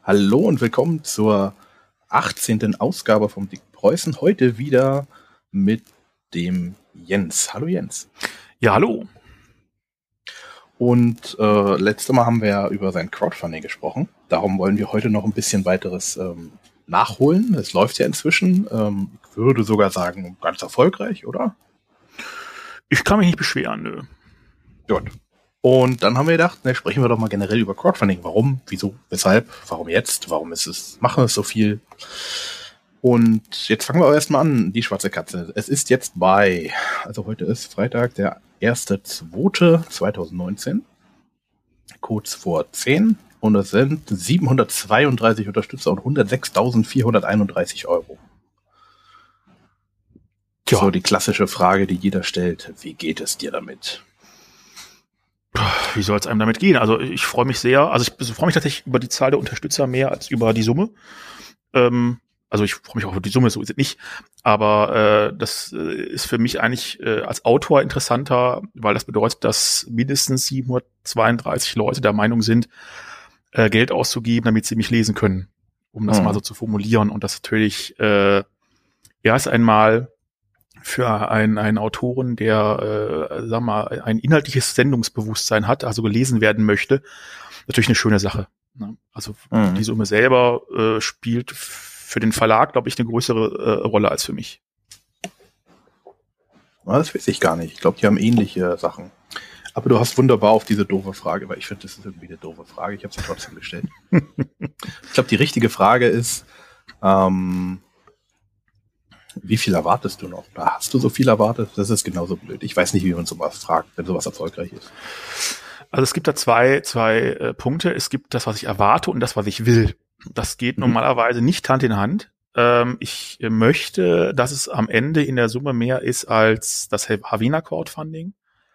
Hallo und willkommen zur 18. Ausgabe vom Dick Preußen. Heute wieder mit dem Jens. Hallo Jens. Ja, hallo. Und letztes Mal haben wir ja über sein Crowdfunding gesprochen. Darum wollen wir heute noch ein bisschen weiteres nachholen. Es läuft ja inzwischen. Ich würde sogar sagen, ganz erfolgreich, oder? Ich kann mich nicht beschweren, nö. Gut. Und dann haben wir gedacht, sprechen wir doch mal generell über Crowdfunding. Warum, wieso, weshalb, warum jetzt, warum machen es so viel? Und jetzt fangen wir aber erstmal an, die schwarze Katze. Es ist jetzt also heute ist Freitag, der 1.2.2019, kurz vor 10. Und es sind 732 Unterstützer und 106.431 Euro. Ja. So die klassische Frage, die jeder stellt. Wie geht es dir damit? Wie soll es einem damit gehen? Also ich freue mich sehr, ich freue mich tatsächlich über die Zahl der Unterstützer mehr als über die Summe. Also ich freue mich auch über die Summe, so ist es nicht. Aber das ist für mich eigentlich als Autor interessanter, weil das bedeutet, dass mindestens 732 Leute der Meinung sind, Geld auszugeben, damit sie mich lesen können, um das mal so zu formulieren. Und das natürlich erst einmal für einen Autoren, der, ein inhaltliches Sendungsbewusstsein hat, also gelesen werden möchte, natürlich eine schöne Sache. Ne? Also die Summe selber spielt für den Verlag, glaube ich, eine größere Rolle als für mich. Das weiß ich gar nicht. Ich glaube, die haben ähnliche Sachen. Aber du hast wunderbar auf diese doofe Frage, weil ich finde, das ist irgendwie eine doofe Frage. Ich habe sie trotzdem gestellt. Ich glaube, die richtige Frage ist, wie viel erwartest du noch? Oder hast du so viel erwartet? Das ist genauso blöd. Ich weiß nicht, wie man sowas fragt, wenn sowas erfolgreich ist. Also es gibt da zwei Punkte. Es gibt das, was ich erwarte und das, was ich will. Das geht normalerweise nicht Hand in Hand. Ich möchte, dass es am Ende in der Summe mehr ist als das Havena Crowdfunding.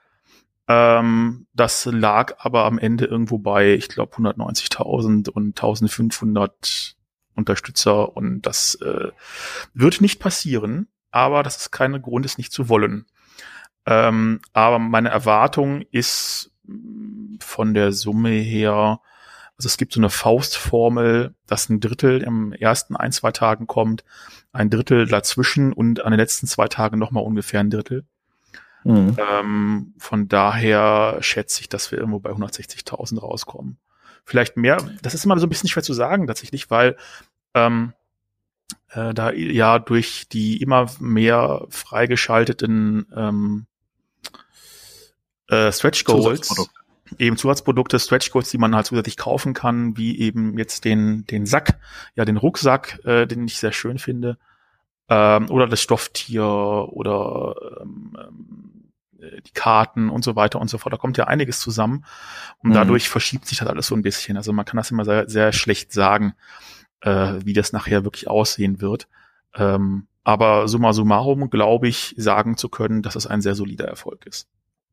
Das lag aber am Ende irgendwo bei, ich glaube, 190.000 und 1.500 Unterstützer und das wird nicht passieren, aber das ist kein Grund, es nicht zu wollen. Aber meine Erwartung ist von der Summe her, also es gibt so eine Faustformel, dass ein Drittel im ersten 1-2 Tagen kommt, ein Drittel dazwischen und an den letzten 2 Tagen nochmal ungefähr ein Drittel. Von daher schätze ich, dass wir irgendwo bei 160.000 rauskommen. Vielleicht mehr, das ist immer so ein bisschen schwer zu sagen tatsächlich, weil da ja durch die immer mehr freigeschalteten Stretch Goals, eben Zusatzprodukte, Stretch Goals, die man halt zusätzlich kaufen kann, wie eben jetzt den Sack, ja den Rucksack, den ich sehr schön finde, oder das Stofftier oder die Karten und so weiter und so fort. Da kommt ja einiges zusammen und dadurch verschiebt sich das alles so ein bisschen. Also man kann das immer sehr, sehr schlecht sagen, wie das nachher wirklich aussehen wird. Aber summa summarum glaube ich, sagen zu können, dass es ein sehr solider Erfolg ist.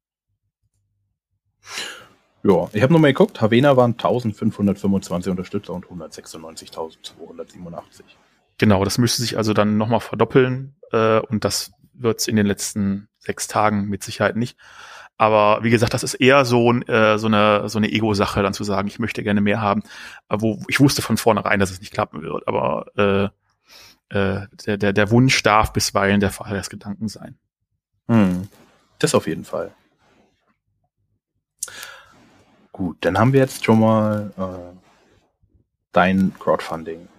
Ja, ich habe nochmal geguckt, Havena waren 1.525 Unterstützer und 196.287. Genau, das müsste sich also dann nochmal verdoppeln und das wird es in den letzten 6 Tagen mit Sicherheit nicht. Aber wie gesagt, das ist eher so eine Ego-Sache, dann zu sagen, ich möchte gerne mehr haben, wo ich wusste von vornherein, dass es nicht klappen wird. Aber der Wunsch darf bisweilen der Fall des Gedanken sein. Das auf jeden Fall. Gut, dann haben wir jetzt schon mal dein Crowdfunding.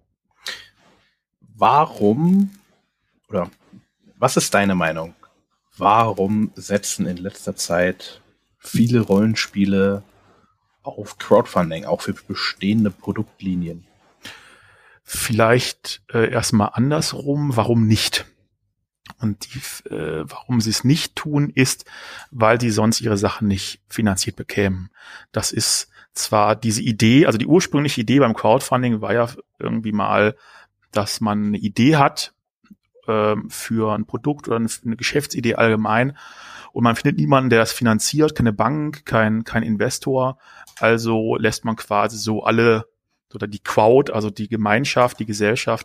Was ist deine Meinung? Warum setzen in letzter Zeit viele Rollenspiele auf Crowdfunding, auch für bestehende Produktlinien? Vielleicht erstmal andersrum, warum nicht? Und warum sie es nicht tun, ist, weil sie sonst ihre Sachen nicht finanziert bekämen. Das ist zwar diese Idee, also die ursprüngliche Idee beim Crowdfunding war ja irgendwie mal, dass man eine Idee hat für ein Produkt oder eine Geschäftsidee allgemein und man findet niemanden, der das finanziert, keine Bank, kein Investor. Also lässt man quasi so alle oder die Crowd, also die Gemeinschaft, die Gesellschaft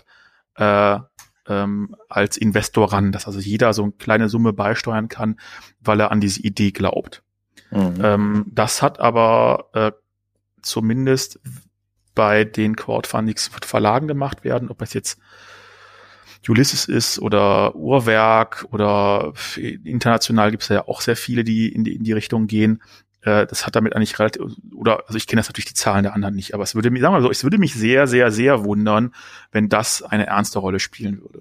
als Investor ran, dass also jeder so eine kleine Summe beisteuern kann, weil er an diese Idee glaubt. Das hat aber zumindest bei den Crowdfundings von Verlagen gemacht werden, ob das jetzt Ulysses ist oder Uhrwerk oder international gibt es ja auch sehr viele, die in die Richtung gehen. Das hat damit eigentlich relativ, oder, also ich kenne das natürlich die Zahlen der anderen nicht, aber es würde mich, sagen wir mal so, es würde mich sehr, sehr, sehr wundern, wenn das eine ernste Rolle spielen würde.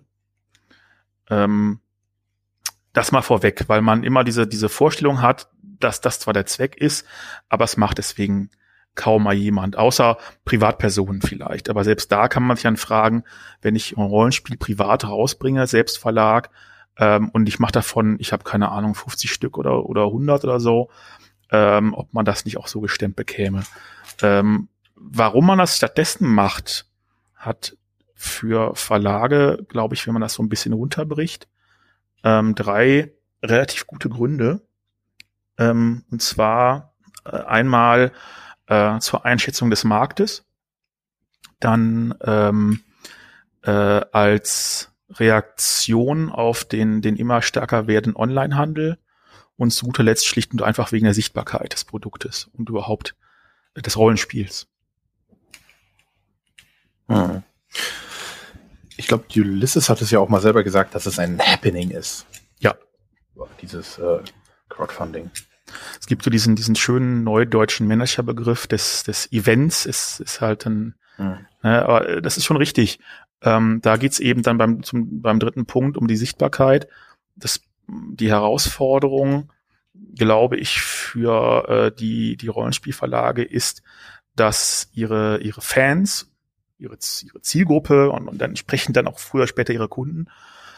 Das mal vorweg, weil man immer diese Vorstellung hat, dass das zwar der Zweck ist, aber es macht deswegen kaum mal jemand, außer Privatpersonen vielleicht. Aber selbst da kann man sich dann fragen, wenn ich ein Rollenspiel privat rausbringe, Selbstverlag, und ich mache davon, ich habe keine Ahnung, 50 Stück oder 100 oder so, ob man das nicht auch so gestemmt bekäme. Warum man das stattdessen macht, hat für Verlage, glaube ich, wenn man das so ein bisschen runterbricht, 3 relativ gute Gründe. Und zwar einmal zur Einschätzung des Marktes, dann als Reaktion auf den immer stärker werdenden Onlinehandel und zu guter Letzt schlicht und einfach wegen der Sichtbarkeit des Produktes und überhaupt des Rollenspiels. Ich glaube, Ulysses hat es ja auch mal selber gesagt, dass es ein Happening ist. Ja. Dieses Crowdfunding. Es gibt so diesen schönen neudeutschen Managerbegriff des Events, ist halt ein, aber das ist schon richtig. Da geht's eben dann beim dritten Punkt um die Sichtbarkeit. Die Herausforderung, glaube ich, für die Rollenspielverlage ist, dass ihre Fans, ihre Zielgruppe und dann entsprechend dann auch früher oder später ihre Kunden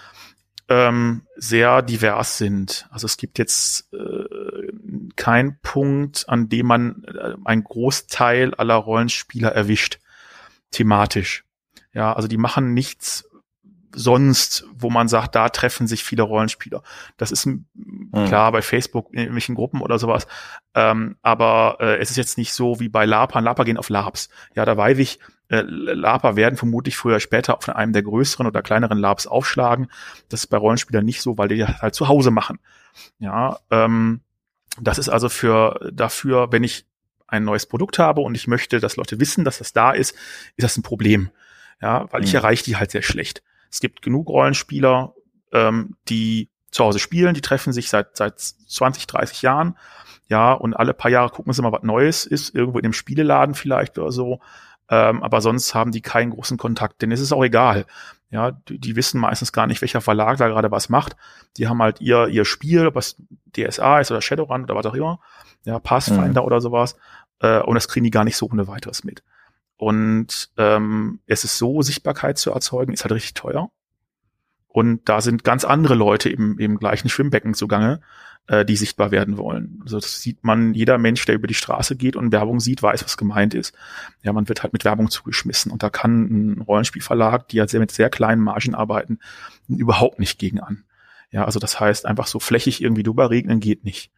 sehr divers sind. Also es gibt jetzt keinen Punkt, an dem man einen Großteil aller Rollenspieler erwischt, thematisch. Ja, also die machen nichts sonst, wo man sagt, da treffen sich viele Rollenspieler. Das ist klar bei Facebook in irgendwelchen Gruppen oder sowas. Aber es ist jetzt nicht so wie bei LARPern. LARPer gehen auf LARPs. Ja, da weiß ich, LARPer werden vermutlich früher oder später auf einem der größeren oder kleineren LARPs aufschlagen. Das ist bei Rollenspielern nicht so, weil die das halt zu Hause machen. Ja, das ist also dafür, wenn ich ein neues Produkt habe und ich möchte, dass Leute wissen, dass das da ist das ein Problem. Ja, weil ich erreiche die halt sehr schlecht. Es gibt genug Rollenspieler, die zu Hause spielen, die treffen sich seit 20, 30 Jahren, ja, und alle paar Jahre gucken sie mal, was Neues ist, irgendwo in dem Spieleladen vielleicht oder so, aber sonst haben die keinen großen Kontakt, denn es ist auch egal. Ja, die wissen meistens gar nicht, welcher Verlag da gerade was macht. Die haben halt ihr Spiel, ob es DSA ist oder Shadowrun oder was auch immer, ja, Pathfinder oder sowas, und das kriegen die gar nicht so ohne weiteres mit. Und es ist so, Sichtbarkeit zu erzeugen, ist halt richtig teuer. Und da sind ganz andere Leute im gleichen Schwimmbecken zugange, die sichtbar werden wollen. Also das sieht man, jeder Mensch, der über die Straße geht und Werbung sieht, weiß, was gemeint ist. Ja, man wird halt mit Werbung zugeschmissen. Und da kann ein Rollenspielverlag, die halt mit sehr kleinen Margen arbeiten, überhaupt nicht gegen an. Ja, also das heißt, einfach so flächig irgendwie drüber regnen geht nicht.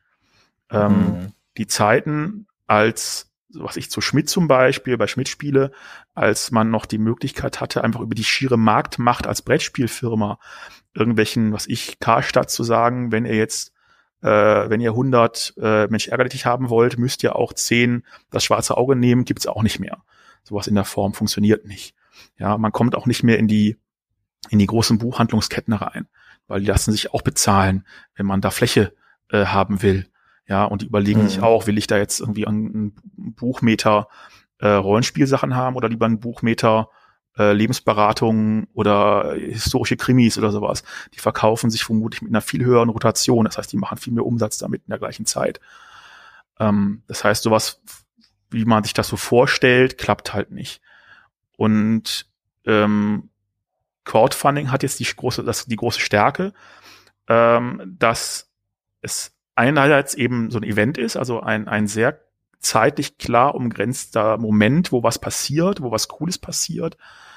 Die Zeiten was ich zu Schmidt zum Beispiel, bei Schmidt Spiele, als man noch die Möglichkeit hatte, einfach über die schiere Marktmacht als Brettspielfirma irgendwelchen, Karstadt zu sagen, wenn ihr 100 Mensch ärgere dich haben wollt, müsst ihr auch 10 das schwarze Auge nehmen, gibt's auch nicht mehr. Sowas in der Form funktioniert nicht. Ja, man kommt auch nicht mehr in die großen Buchhandlungsketten rein, weil die lassen sich auch bezahlen, wenn man da Fläche haben will. Ja, und die überlegen sich auch, will ich da jetzt irgendwie einen Buchmeter Rollenspielsachen haben oder lieber einen Buchmeter Lebensberatung oder historische Krimis oder sowas. Die verkaufen sich vermutlich mit einer viel höheren Rotation. Das heißt, die machen viel mehr Umsatz damit in der gleichen Zeit. Das heißt, sowas, wie man sich das so vorstellt, klappt halt nicht. Und Crowdfunding hat jetzt die große Stärke, dass es einerseits eben so ein Event ist, also ein sehr zeitlich klar umgrenzter Moment, wo was passiert, wo was Cooles passiert.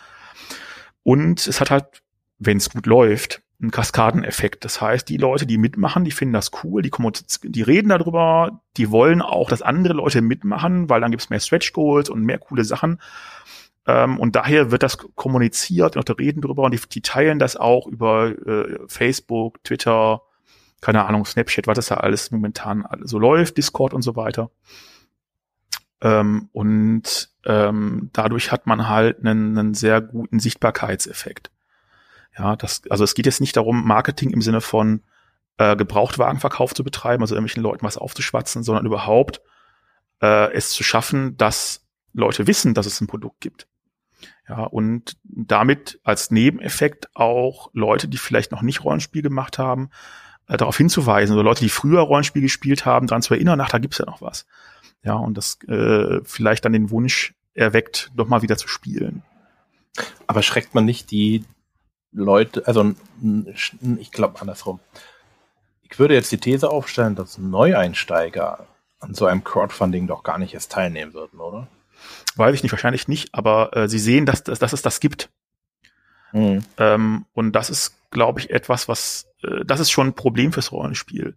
Und es hat halt, wenn es gut läuft, einen Kaskadeneffekt. Das heißt, die Leute, die mitmachen, die finden das cool, die reden darüber, die wollen auch, dass andere Leute mitmachen, weil dann gibt es mehr Stretch Goals und mehr coole Sachen. Und daher wird das kommuniziert, Leute reden darüber und die teilen das auch über Facebook, Twitter, keine Ahnung, Snapchat, was das da alles momentan so läuft, Discord und so weiter. Dadurch hat man halt einen sehr guten Sichtbarkeitseffekt. Ja, also es geht jetzt nicht darum, Marketing im Sinne von Gebrauchtwagenverkauf zu betreiben, also irgendwelchen Leuten was aufzuschwatzen, sondern überhaupt es zu schaffen, dass Leute wissen, dass es ein Produkt gibt. Ja, und damit als Nebeneffekt auch Leute, die vielleicht noch nicht Rollenspiel gemacht haben, darauf hinzuweisen, oder Leute, die früher Rollenspiel gespielt haben, daran zu erinnern, ach, da gibt's ja noch was. Ja, und das vielleicht dann den Wunsch erweckt, doch mal wieder zu spielen. Aber schreckt man nicht die Leute, also ich glaube andersrum. Ich würde jetzt die These aufstellen, dass Neueinsteiger an so einem Crowdfunding doch gar nicht erst teilnehmen würden, oder? Weiß ich nicht, wahrscheinlich nicht, aber sie sehen, dass es das gibt. Und das ist, glaube ich, etwas, das ist schon ein Problem fürs Rollenspiel.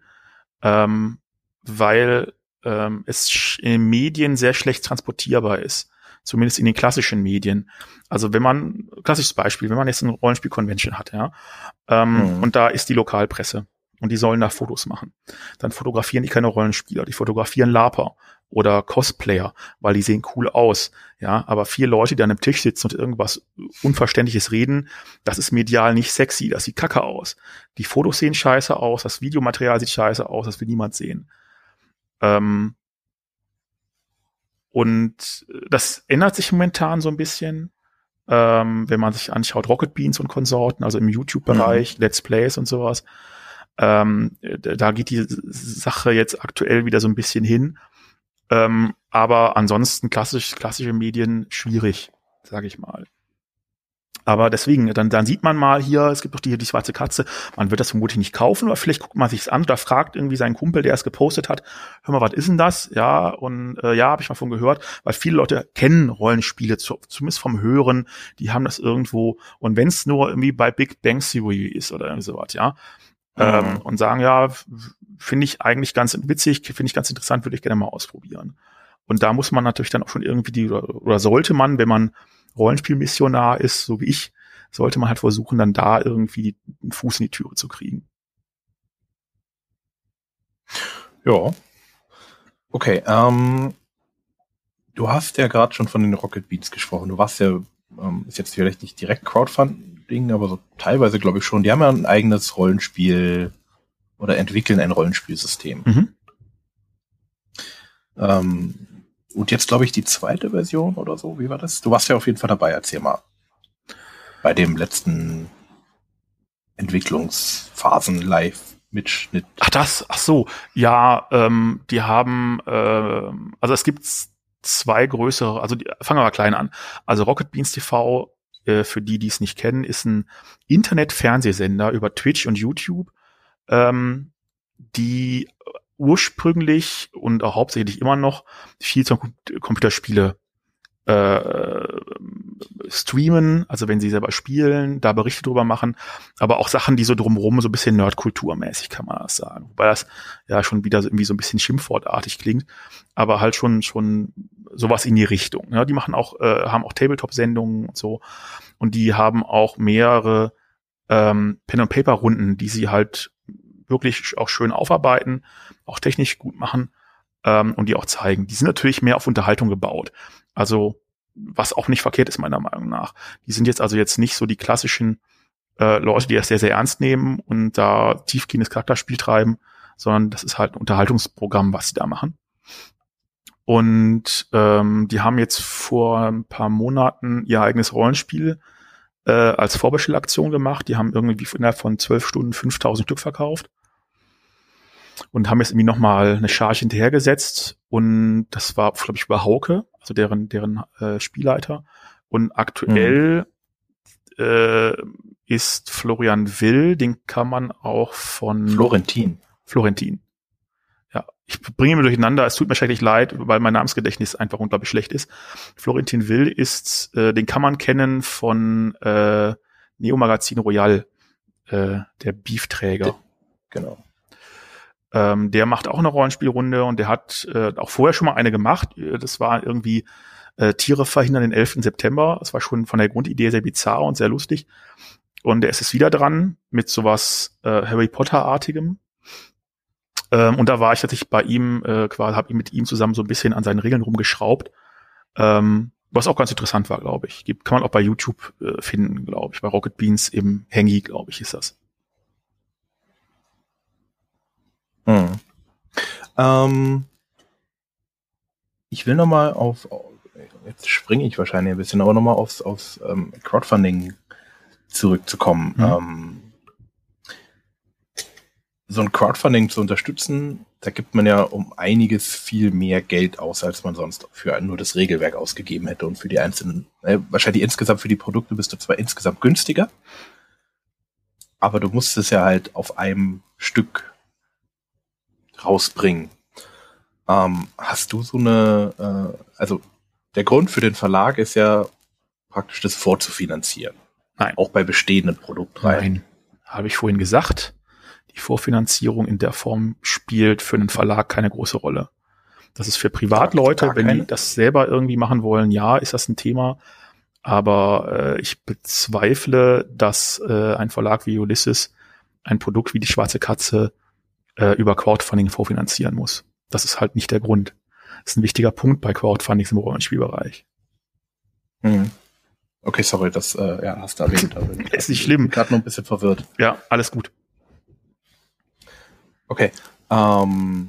Weil es in den Medien sehr schlecht transportierbar ist. Zumindest in den klassischen Medien. Also klassisches Beispiel, wenn man jetzt eine Rollenspiel-Convention hat, ja, und da ist die Lokalpresse und die sollen da Fotos machen. Dann fotografieren die keine Rollenspieler, die fotografieren LARPer oder Cosplayer, weil die sehen cool aus. Ja, aber 4 Leute, die an einem Tisch sitzen und irgendwas Unverständliches reden, das ist medial nicht sexy, das sieht kacke aus. Die Fotos sehen scheiße aus, das Videomaterial sieht scheiße aus, das will niemand sehen. Und das ändert sich momentan so ein bisschen, wenn man sich anschaut, Rocket Beans und Konsorten, also im YouTube-Bereich, Let's Plays und sowas. Da geht die Sache jetzt aktuell wieder so ein bisschen hin. Aber ansonsten klassische Medien schwierig, sage ich mal. Aber deswegen, dann sieht man mal hier, es gibt doch die schwarze Katze, man wird das vermutlich nicht kaufen, aber vielleicht guckt man sich's an oder fragt irgendwie seinen Kumpel, der es gepostet hat, hör mal, was ist denn das? Ja, und ja, habe ich mal von gehört, weil viele Leute kennen Rollenspiele, zumindest vom Hören, die haben das irgendwo, und wenn es nur irgendwie bei Big Bang Theory ist oder irgendwie sowas, ja, und sagen, ja, finde ich eigentlich ganz witzig, finde ich ganz interessant, würde ich gerne mal ausprobieren. Und da muss man natürlich dann auch schon irgendwie oder sollte man, wenn man Rollenspielmissionar ist, so wie ich, sollte man halt versuchen, dann da irgendwie einen Fuß in die Türe zu kriegen. Ja. Okay, du hast ja gerade schon von den Rocket Beans gesprochen. Du warst ja, ist jetzt vielleicht nicht direkt Crowdfunding, aber so teilweise glaube ich schon. Die haben ja ein eigenes Rollenspiel oder entwickeln ein Rollenspielsystem. Und jetzt, glaube ich, die 2. Version oder so. Wie war das? Du warst ja auf jeden Fall dabei. Erzähl mal. Bei dem letzten Entwicklungsphasen-Live-Mitschnitt. Ach so. Ja, die haben, also es gibt 2 größere, also fangen wir mal klein an. Also Rocket Beans TV, für die es nicht kennen, ist ein Internet-Fernsehsender über Twitch und YouTube, die ursprünglich und auch hauptsächlich immer noch viel zum Computerspiele streamen, also wenn sie selber spielen, da Berichte drüber machen, aber auch Sachen, die so drumherum so ein bisschen Nerdkulturmäßig, kann man das sagen. Wobei das ja schon wieder irgendwie so ein bisschen schimpfwortartig klingt, aber halt schon sowas in die Richtung. Ja, die machen haben auch Tabletop-Sendungen und so, und die haben auch mehrere Pen-and-Paper-Runden, die sie halt wirklich auch schön aufarbeiten, auch technisch gut machen und die auch zeigen. Die sind natürlich mehr auf Unterhaltung gebaut. Also was auch nicht verkehrt ist, meiner Meinung nach. Die sind jetzt also jetzt nicht so die klassischen Leute, die das sehr, sehr ernst nehmen und da tiefgehendes Charakterspiel treiben, sondern das ist halt ein Unterhaltungsprogramm, was sie da machen. Und die haben jetzt vor ein paar Monaten ihr eigenes Rollenspiel als Vorbestellaktion gemacht. Die haben irgendwie innerhalb von 12 Stunden 5000 Stück verkauft und haben jetzt irgendwie nochmal eine Charge hinterhergesetzt, und das war, glaube ich, über Hauke, also deren Spielleiter, und aktuell ist Florian Will, den kann man auch von Florentin. Ja, ich bringe ihn durcheinander, es tut mir schrecklich leid, weil mein Namensgedächtnis einfach unglaublich schlecht ist. Florentin Will den kann man kennen von Neo Magazin Royal, der Beefträger. Genau. Der macht auch eine Rollenspielrunde, und der hat auch vorher schon mal eine gemacht. Das war irgendwie Tiere verhindern den 11. September. Das war schon von der Grundidee sehr bizarr und sehr lustig. Und er ist jetzt wieder dran mit sowas Harry Potter-artigem. Und da war ich tatsächlich bei ihm, habe ich mit ihm zusammen so ein bisschen an seinen Regeln rumgeschraubt. Was auch ganz interessant war, glaube ich. Kann man auch bei YouTube finden, glaube ich. Bei Rocket Beans im Hangy, glaube ich, ist das. Ich will nochmal jetzt springe ich wahrscheinlich ein bisschen, aber nochmal aufs Crowdfunding zurückzukommen. So ein Crowdfunding zu unterstützen, da gibt man ja um einiges viel mehr Geld aus, als man sonst für nur das Regelwerk ausgegeben hätte und für die einzelnen. Wahrscheinlich insgesamt für die Produkte bist du zwar insgesamt günstiger, aber du musst es ja halt auf einem Stück rausbringen. Hast du so eine, also der Grund für den Verlag ist ja praktisch das vorzufinanzieren. Nein. Auch bei bestehenden Produktreihen. Nein, habe ich vorhin gesagt. Die Vorfinanzierung in der Form spielt für einen Verlag keine große Rolle. Das ist für Privatleute, wenn die das selber irgendwie machen wollen, ja, ist das ein Thema. Aber ich bezweifle, dass ein Verlag wie Ulysses ein Produkt wie die Schwarze Katze über Crowdfunding vorfinanzieren muss. Das ist halt nicht der Grund. Das ist ein wichtiger Punkt bei Crowdfundings im Rollenspielbereich. Okay, sorry, das hast du erwähnt. Ist nicht schlimm. Ich bin gerade noch ein bisschen verwirrt. Ja, alles gut. Okay. Also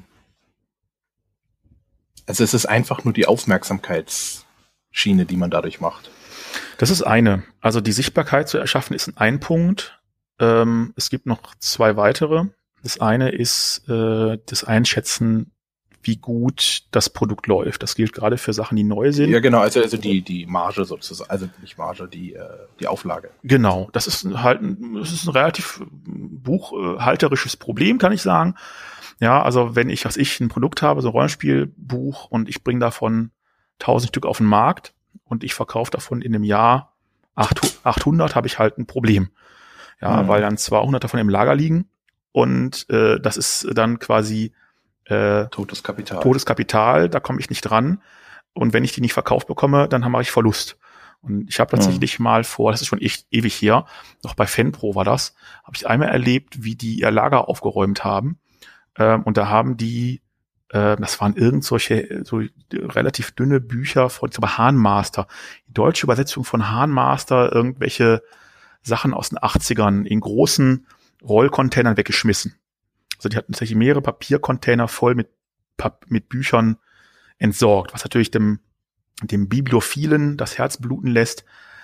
es ist einfach nur die Aufmerksamkeitsschiene, die man dadurch macht. Das ist eine. Also die Sichtbarkeit zu erschaffen ist ein Punkt. Es gibt noch zwei weitere. Das eine ist das Einschätzen, wie gut das Produkt läuft. Das gilt gerade für Sachen, die neu sind. Ja, genau, also die Marge sozusagen, also nicht Marge, die Auflage. Genau, das ist halt ein relativ buchhalterisches Problem, kann ich sagen. Ja, also wenn ich ein Produkt habe, so ein Rollenspielbuch, und ich bringe davon 1000 Stück auf den Markt und ich verkaufe davon in einem Jahr 800, habe ich halt ein Problem. Ja, weil dann 200 davon im Lager liegen und das ist dann quasi totes Kapital, da komme ich nicht dran. Und wenn ich die nicht verkauft bekomme, dann mache ich Verlust. Und ich habe tatsächlich mal das ist schon echt ewig her, noch bei Fanpro war das, habe ich einmal erlebt, wie die ihr Lager aufgeräumt haben. Und da haben die, das waren solche so relativ dünne Bücher von, ich glaube, Hahnmaster. Die deutsche Übersetzung von Hahnmaster, irgendwelche Sachen aus den 80ern in großen Rollcontainern weggeschmissen. Also die hatten tatsächlich mehrere Papiercontainer voll mit Büchern entsorgt, was natürlich dem Bibliophilen das Herz bluten lässt.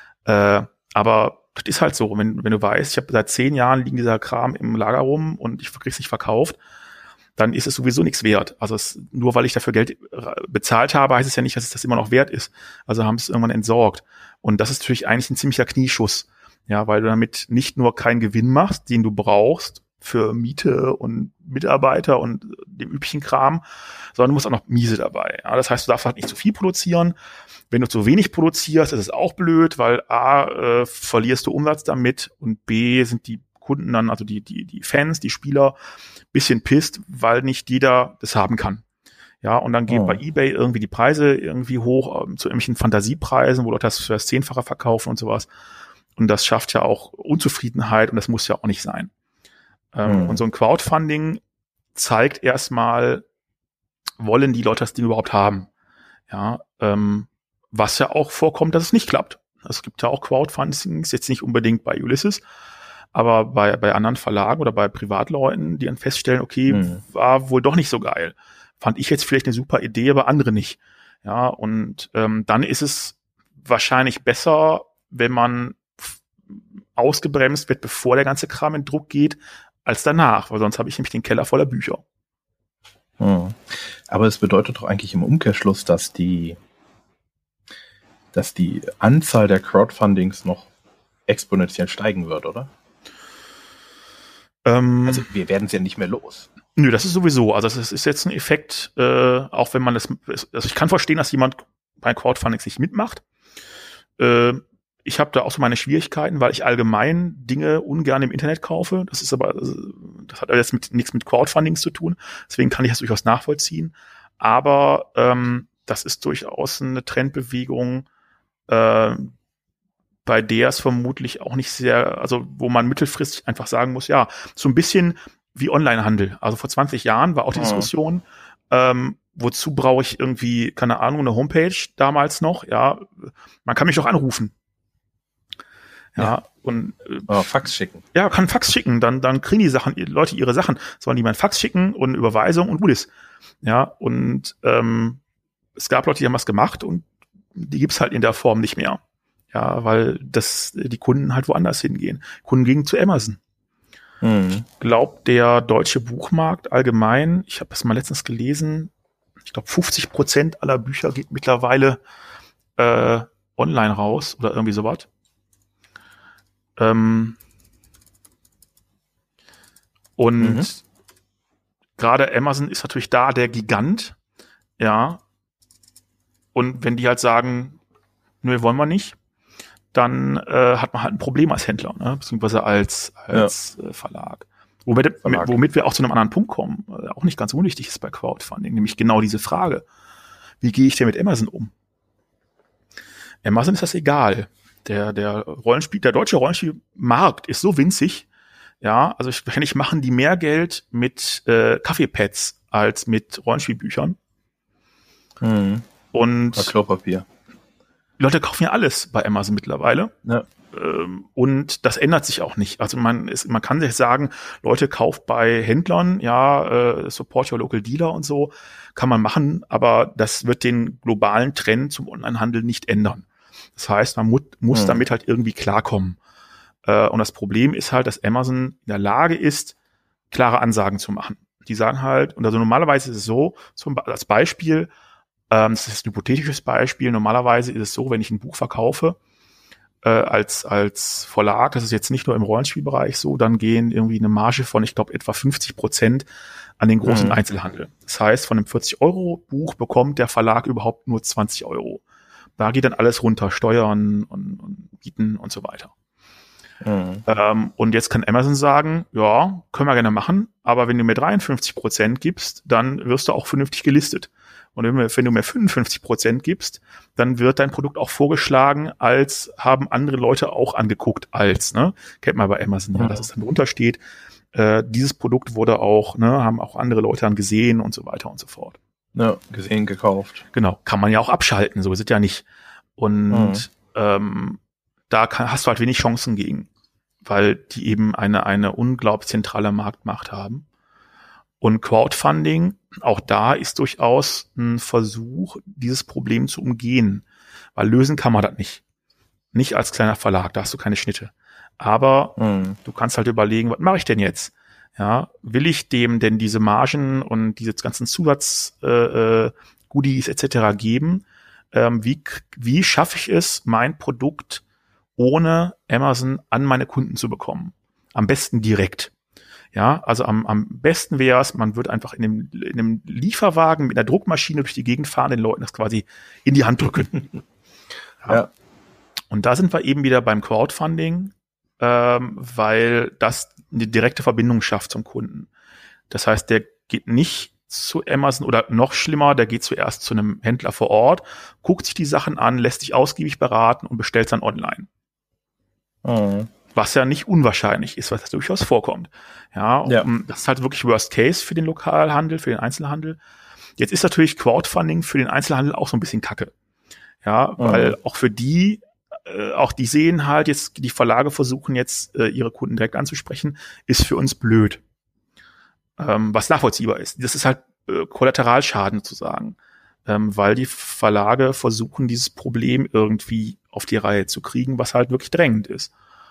Aber das ist halt so, wenn du weißt, ich habe seit 10 Jahren liegen dieser Kram im Lager rum und ich krieg's nicht verkauft, dann ist es sowieso nichts wert. Also nur weil ich dafür Geld bezahlt habe, heißt es ja nicht, dass es das immer noch wert ist. Also haben es irgendwann entsorgt. Und das ist natürlich eigentlich ein ziemlicher Knieschuss. Ja, weil du damit nicht nur keinen Gewinn machst, den du brauchst für Miete und Mitarbeiter und dem üblichen Kram, sondern du musst auch noch miese dabei. Ja, das heißt, du darfst halt nicht zu viel produzieren. Wenn du zu wenig produzierst, ist es auch blöd, weil A, verlierst du Umsatz damit und B, sind die Kunden dann, also die Fans, die Spieler, bisschen pisst, weil nicht jeder das haben kann. Ja, und dann gehen bei eBay irgendwie die Preise irgendwie hoch zu irgendwelchen Fantasiepreisen, wo Leute das für das 10-fache verkaufen und sowas. Und das schafft ja auch Unzufriedenheit und das muss ja auch nicht sein. Und so ein Crowdfunding zeigt erstmal, wollen die Leute das Ding überhaupt haben? Ja, was ja auch vorkommt, dass es nicht klappt. Es gibt ja auch Crowdfundings, jetzt nicht unbedingt bei Ulysses, aber bei anderen Verlagen oder bei Privatleuten, die dann feststellen, okay, war wohl doch nicht so geil. Fand ich jetzt vielleicht eine super Idee, aber andere nicht. Ja, und dann ist es wahrscheinlich besser, wenn man ausgebremst wird, bevor der ganze Kram in Druck geht, als danach, weil sonst habe ich nämlich den Keller voller Bücher. Aber es bedeutet doch eigentlich im Umkehrschluss, dass die Anzahl der Crowdfundings noch exponentiell steigen wird, oder? Also wir werden es ja nicht mehr los. Nö, das ist sowieso. Also das ist jetzt ein Effekt, auch wenn man also ich kann verstehen, dass jemand bei Crowdfundings nicht mitmacht. Ich habe da auch so meine Schwierigkeiten, weil ich allgemein Dinge ungern im Internet kaufe. Das hat jetzt nichts mit Crowdfundings zu tun. Deswegen kann ich das durchaus nachvollziehen. Aber das ist durchaus eine Trendbewegung, bei der es vermutlich auch nicht sehr, also wo man mittelfristig einfach sagen muss, ja, so ein bisschen wie Onlinehandel. Also vor 20 Jahren war auch die Diskussion, wozu brauche ich irgendwie, keine Ahnung, eine Homepage damals noch, ja, man kann mich doch anrufen. Ja. Und Fax schicken. Ja, kann Fax schicken, dann kriegen die Leute ihre Sachen, sollen die mal ein Fax schicken und eine Überweisung und gut ist. Ja, und es gab Leute, die haben was gemacht und die gibt's halt in der Form nicht mehr. Ja, weil die Kunden halt woanders hingehen. Kunden gingen zu Amazon. Glaubt der deutsche Buchmarkt allgemein, ich habe das mal letztens gelesen, ich glaube 50% aller Bücher geht mittlerweile online raus oder irgendwie sowas. Und gerade Amazon ist natürlich da der Gigant, ja. Und wenn die halt sagen, nö, wollen wir nicht, dann hat man halt ein Problem als Händler, ne? Beziehungsweise als Verlag. Womit wir auch zu einem anderen Punkt kommen, auch nicht ganz unwichtig ist bei Crowdfunding, nämlich genau diese Frage, wie gehe ich denn mit Amazon um? Amazon ist das egal. Der deutsche Rollenspielmarkt ist so winzig, ja, also wahrscheinlich machen die mehr Geld mit Kaffeepads als mit Rollenspielbüchern. Und Klopapier. Die Leute kaufen ja alles bei Amazon mittlerweile. Ja. Und das ändert sich auch nicht. Also man kann sich sagen, Leute, kauft bei Händlern, ja, support your local dealer und so, kann man machen, aber das wird den globalen Trend zum Onlinehandel nicht ändern. Das heißt, man muss damit halt irgendwie klarkommen. Und das Problem ist halt, dass Amazon in der Lage ist, klare Ansagen zu machen. Die sagen halt, und also normalerweise ist es so, als Beispiel, das ist ein hypothetisches Beispiel, normalerweise ist es so, wenn ich ein Buch verkaufe, als Verlag, das ist jetzt nicht nur im Rollenspielbereich so, dann gehen irgendwie eine Marge von, ich glaube, etwa 50% an den großen Einzelhandel. Das heißt, von einem 40-Euro-Buch bekommt der Verlag überhaupt nur 20 Euro. Da geht dann alles runter, Steuern und Mieten und so weiter. Und jetzt kann Amazon sagen, ja, können wir gerne machen, aber wenn du mir 53% gibst, dann wirst du auch vernünftig gelistet. Und wenn du mir 55% gibst, dann wird dein Produkt auch vorgeschlagen, als haben andere Leute auch angeguckt als, ne? Kennt man bei Amazon, ja, dass es dann drunter steht. Dieses Produkt wurde auch, ne, haben auch andere Leute dann gesehen und so weiter und so fort. Ja, gesehen, gekauft. Genau, kann man ja auch abschalten, so ist es ja nicht. Und da hast du halt wenig Chancen gegen, weil die eben eine unglaublich zentrale Marktmacht haben. Und Crowdfunding, auch da ist durchaus ein Versuch, dieses Problem zu umgehen, weil lösen kann man das nicht. Nicht als kleiner Verlag, da hast du keine Schnitte. Aber du kannst halt überlegen, was mache ich denn jetzt? Ja, will ich dem denn diese Margen und diese ganzen Zusatz-Goodies etc. geben? Wie schaffe ich es, mein Produkt ohne Amazon an meine Kunden zu bekommen? Am besten direkt. Ja, also am besten wäre es, man würde einfach in einem Lieferwagen mit einer Druckmaschine durch die Gegend fahren, den Leuten das quasi in die Hand drücken. Ja. Und da sind wir eben wieder beim Crowdfunding, weil das eine direkte Verbindung schafft zum Kunden. Das heißt, der geht nicht zu Amazon oder noch schlimmer, der geht zuerst zu einem Händler vor Ort, guckt sich die Sachen an, lässt sich ausgiebig beraten und bestellt es dann online. Was ja nicht unwahrscheinlich ist, was das durchaus vorkommt. Ja. Das ist halt wirklich Worst Case für den Lokalhandel, für den Einzelhandel. Jetzt ist natürlich Crowdfunding für den Einzelhandel auch so ein bisschen Kacke. Ja, weil auch für die sehen halt jetzt, die Verlage versuchen jetzt, ihre Kunden direkt anzusprechen, ist für uns blöd. Was nachvollziehbar ist. Das ist halt Kollateralschaden zu sagen. Weil die Verlage versuchen, dieses Problem irgendwie auf die Reihe zu kriegen, was halt wirklich drängend ist.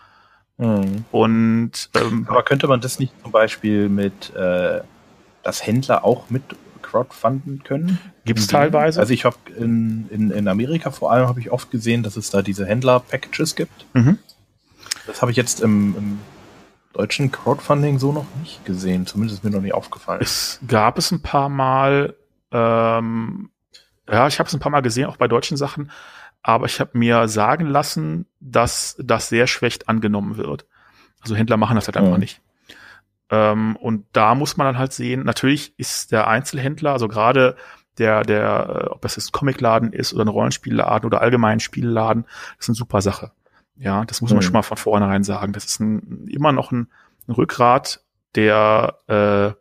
Und aber könnte man das nicht zum Beispiel mit dass Händler auch mit crowdfunden können? Gibt's teilweise. Also ich habe in Amerika vor allem habe ich oft gesehen, dass es da diese Händler-Packages gibt. Das habe ich jetzt im deutschen Crowdfunding so noch nicht gesehen. Zumindest ist mir noch nicht aufgefallen. Es gab es ein paar Mal, ich habe es ein paar Mal gesehen, auch bei deutschen Sachen, aber ich habe mir sagen lassen, dass das sehr schlecht angenommen wird. Also Händler machen das halt einfach nicht. Und da muss man dann halt sehen, natürlich ist der Einzelhändler, also gerade der ob das jetzt Comicladen ist oder ein Rollenspielladen oder allgemein Spielladen, das ist eine super Sache. Ja, das muss man schon mal von vornherein sagen. Das ist immer noch ein Rückgrat der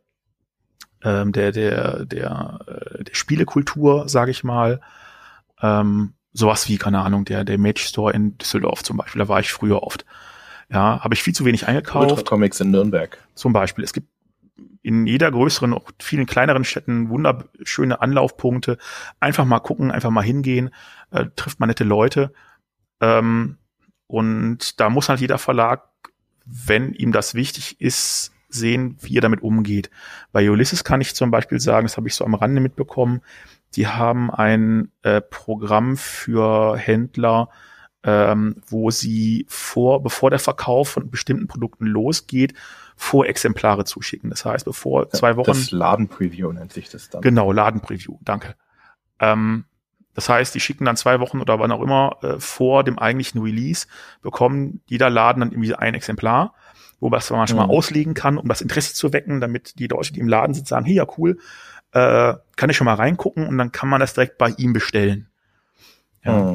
Spielekultur, sage ich mal. Sowas wie, keine Ahnung, der Mage Store in Düsseldorf zum Beispiel, da war ich früher oft. Ja, habe ich viel zu wenig eingekauft. Ultra Comics in Nürnberg. Zum Beispiel. Es gibt in jeder größeren, auch vielen kleineren Städten wunderschöne Anlaufpunkte. Einfach mal gucken, einfach mal hingehen, trifft man nette Leute. Und da muss halt jeder Verlag, wenn ihm das wichtig ist, sehen, wie er damit umgeht. Bei Ulysses kann ich zum Beispiel sagen, das habe ich so am Rande mitbekommen, die haben ein Programm für Händler, wo sie bevor der Verkauf von bestimmten Produkten losgeht, Vorexemplare zuschicken. Das heißt, bevor 2 Wochen... Das Ladenpreview nennt sich das dann. Genau, Ladenpreview, danke. Das heißt, die schicken dann 2 Wochen oder wann auch immer vor dem eigentlichen Release, bekommen jeder Laden dann irgendwie ein Exemplar, wo man das manchmal auslegen kann, um das Interesse zu wecken, damit die Leute, die im Laden sind, sagen, hey, ja cool, kann ich schon mal reingucken und dann kann man das direkt bei ihm bestellen. Ja.